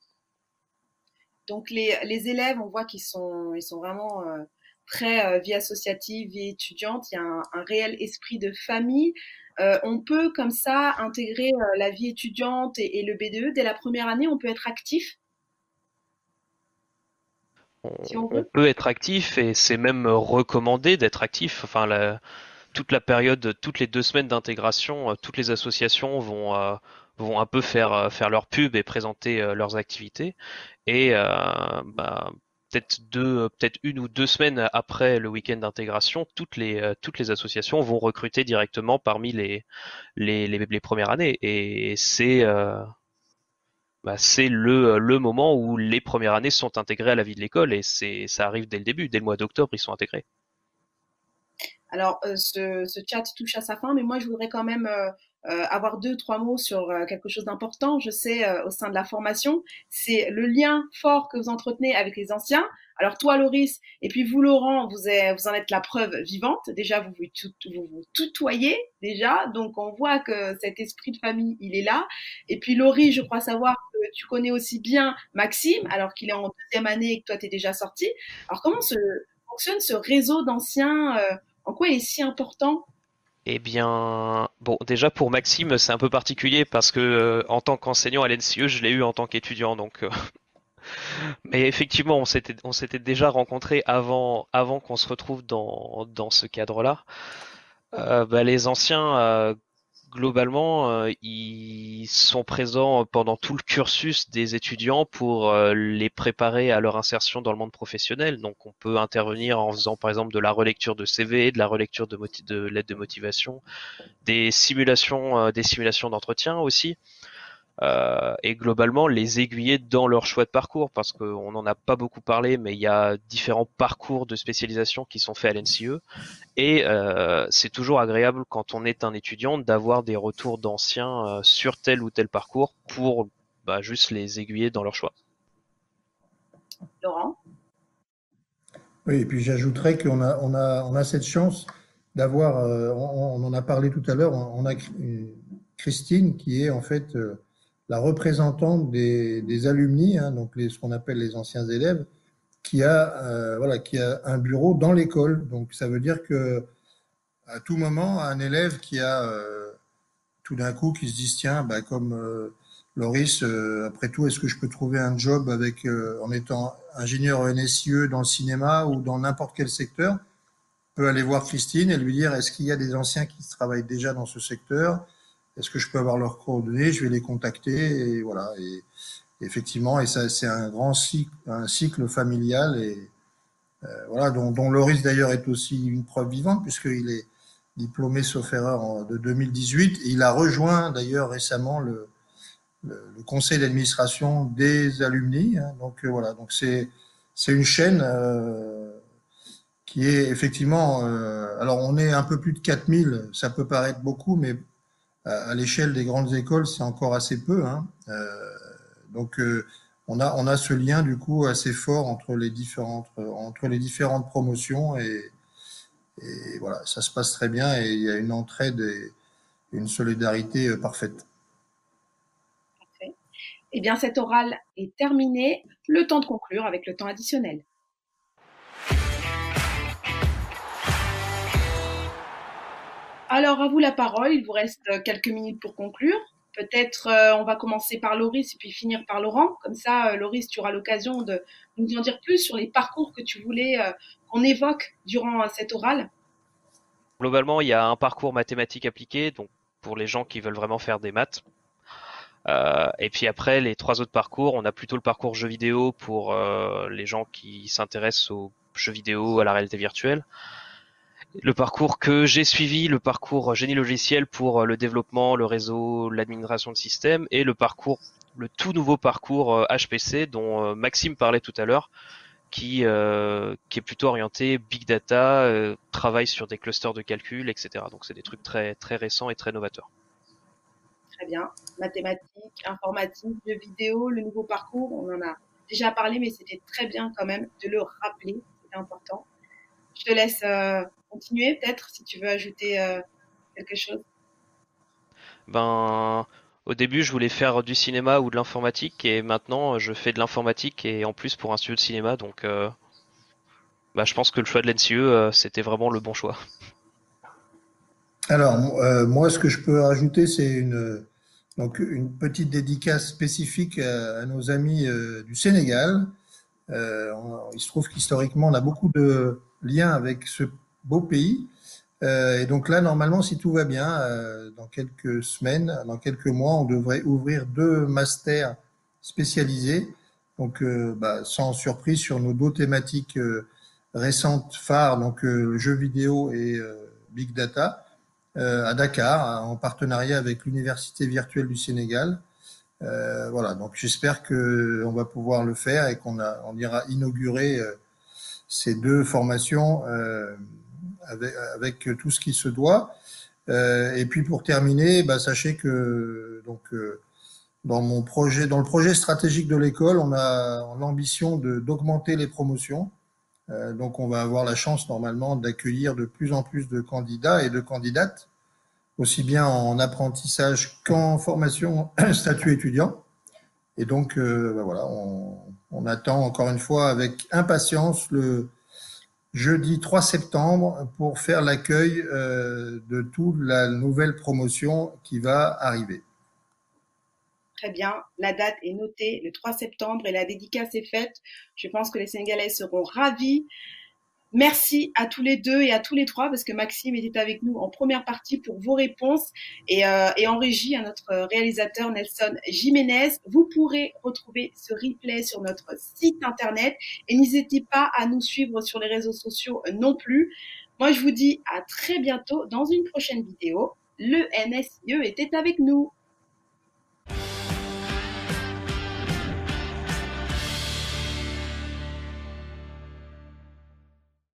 donc les, les élèves, on voit qu'ils sont, ils sont vraiment euh, très euh, vie associative, vie étudiante. Il y a un, un réel esprit de famille. Euh, on peut comme ça intégrer euh, la vie étudiante et, et le B D E dès la première année. On peut être actif On, si on on veut. peut être actif et c'est même recommandé d'être actif. Enfin, la, toute la période, toutes les deux semaines d'intégration, euh, toutes les associations vont euh, vont un peu faire euh, faire leur pub et présenter euh, leurs activités. Et euh, bah, peut-être deux, peut-être une ou deux semaines après le week-end d'intégration, toutes les euh, toutes les associations vont recruter directement parmi les les les, les premières années. Et c'est euh, bah, c'est le le moment où les premières années sont intégrées à la vie de l'école et c'est ça arrive dès le début, dès le mois d'octobre, ils sont intégrés. Alors, euh, ce, ce chat touche à sa fin, mais moi, je voudrais quand même euh, euh, avoir deux, trois mots sur euh, quelque chose d'important. Je sais, euh, au sein de la formation, c'est le lien fort que vous entretenez avec les anciens. Alors, toi, Loris, et puis vous, Laurent, vous, êtes, vous en êtes la preuve vivante. Déjà, vous vous, tout, vous vous tutoyez, déjà. Donc, on voit que cet esprit de famille, il est là. Et puis, Laurie, je crois savoir que tu connais aussi bien Maxime, alors qu'il est en deuxième année et que toi, tu es déjà sorti. Alors, comment se, fonctionne ce réseau d'anciens euh, en quoi il est si important? Eh bien, bon, déjà pour Maxime, c'est un peu particulier parce que euh, en tant qu'enseignant à l'N C E, je l'ai eu en tant qu'étudiant, donc. euh, Mais effectivement, on s'était on s'était déjà rencontrés avant avant qu'on se retrouve dans dans ce cadre-là. Euh, bah, les anciens, euh, globalement, euh, ils sont présents pendant tout le cursus des étudiants pour euh, les préparer à leur insertion dans le monde professionnel. Donc, on peut intervenir en faisant, par exemple, de la relecture de C V, de la relecture de, moti- de lettres de motivation, des simulations, euh, des simulations d'entretien aussi. Euh, et globalement les aiguiller dans leur choix de parcours parce qu'on n'en a pas beaucoup parlé mais il y a différents parcours de spécialisation qui sont faits à l'N C E et euh, c'est toujours agréable quand on est un étudiant d'avoir des retours d'anciens euh, sur tel ou tel parcours pour bah, juste les aiguiller dans leur choix. Laurent? Oui, et puis j'ajouterais qu'on a, on a, on a cette chance d'avoir, euh, on, on en a parlé tout à l'heure, on a Christine qui est en fait euh, la représentante des, des alumni, hein, donc les, ce qu'on appelle les anciens élèves, qui a, euh, voilà, qui a un bureau dans l'école. Donc ça veut dire que à tout moment, un élève qui a euh, tout d'un coup qui se dit tiens, bah, comme euh, Loris, euh, après tout, est-ce que je peux trouver un job avec euh, en étant ingénieur N S I E dans le cinéma ou dans n'importe quel secteur? Peut aller voir Christine et lui dire est-ce qu'il y a des anciens qui travaillent déjà dans ce secteur? Est-ce que je peux avoir leurs coordonnées? Je vais les contacter et voilà. Et effectivement, et ça, c'est un grand cycle, un cycle familial et euh, voilà, dont, dont Loris d'ailleurs est aussi une preuve vivante puisqu'il est diplômé sauf erreur en- de deux mille dix-huit et il a rejoint d'ailleurs récemment le, le, le conseil d'administration des alumni. Hein. Donc euh, voilà, donc c'est c'est une chaîne euh, qui est effectivement. Euh, alors on est un peu plus de quatre mille, ça peut paraître beaucoup, mais à, à l'échelle des grandes écoles, c'est encore assez peu. Hein. Euh, donc euh, on a on a ce lien du coup assez fort entre les différentes entre les différentes promotions et, et voilà, ça se passe très bien et il y a une entraide et une solidarité euh, parfaite. Parfait. Eh bien, cet oral est terminé. Le temps de conclure avec le temps additionnel. Alors, à vous la parole. Il vous reste euh, quelques minutes pour conclure. Peut-être euh, on va commencer par Loris et puis finir par Laurent. Comme ça, euh, Loris, tu auras l'occasion de nous en dire plus sur les parcours que tu voulais euh, qu'on évoque durant euh, cet oral. Globalement, il y a un parcours mathématique appliqué, donc pour les gens qui veulent vraiment faire des maths. Euh, et puis après, les trois autres parcours, on a plutôt le parcours jeux vidéo pour euh, les gens qui s'intéressent aux jeux vidéo, à la réalité virtuelle. Le parcours que j'ai suivi, le parcours génie logiciel pour le développement, le réseau, l'administration de système, et le parcours, le tout nouveau parcours H P C dont Maxime parlait tout à l'heure, qui euh, qui est plutôt orienté big data, euh, travaille sur des clusters de calcul, et cetera. Donc c'est des trucs très très récents et très novateurs. Très bien. Mathématiques, informatique, jeux vidéo, le nouveau parcours, on en a déjà parlé, mais c'était très bien quand même de le rappeler, c'était important. Je te laisse euh, continuer peut-être si tu veux ajouter euh, quelque chose. Ben, au début, je voulais faire du cinéma ou de l'informatique, et maintenant, je fais de l'informatique et en plus pour un studio de cinéma, donc euh, bah, je pense que le choix de l'N C E, euh, c'était vraiment le bon choix. Alors, euh, moi, ce que je peux rajouter, c'est une, donc une petite dédicace spécifique à, à nos amis euh, du Sénégal. Euh, on- il se trouve qu'historiquement, on a beaucoup de liens avec ce beau pays. Euh, et donc là, normalement, si tout va bien, euh, dans quelques semaines, dans quelques mois, on devrait ouvrir deux masters spécialisés. Donc, euh, bah, sans surprise, sur nos deux thématiques euh, récentes phares, donc euh, jeux vidéo et euh, big data, euh, à Dakar, en partenariat avec l'Université virtuelle du Sénégal. Euh, voilà, donc j'espère que on va pouvoir le faire et qu'on a, on ira inaugurer euh, ces deux formations euh, avec, avec tout ce qui se doit. Euh, et puis pour terminer, bah, sachez que donc euh, dans mon projet, dans le projet stratégique de l'école, on a l'ambition de d'augmenter les promotions. Euh, donc on va avoir la chance normalement d'accueillir de plus en plus de candidats et de candidates, aussi bien en apprentissage qu'en formation statut étudiant. Et donc euh, bah, voilà, on, on attend encore une fois avec impatience le jeudi trois septembre pour faire l'accueil euh, de toute la nouvelle promotion qui va arriver. Très bien, la date est notée, le trois septembre, et la dédicace est faite. Je pense que les Sénégalais seront ravis. Merci à tous les deux et à tous les trois, parce que Maxime était avec nous en première partie pour vos réponses, et, euh, et en régie à notre réalisateur Nelson Jiménez. Vous pourrez retrouver ce replay sur notre site internet, et n'hésitez pas à nous suivre sur les réseaux sociaux non plus. Moi, je vous dis à très bientôt dans une prochaine vidéo. Le N S I E était avec nous.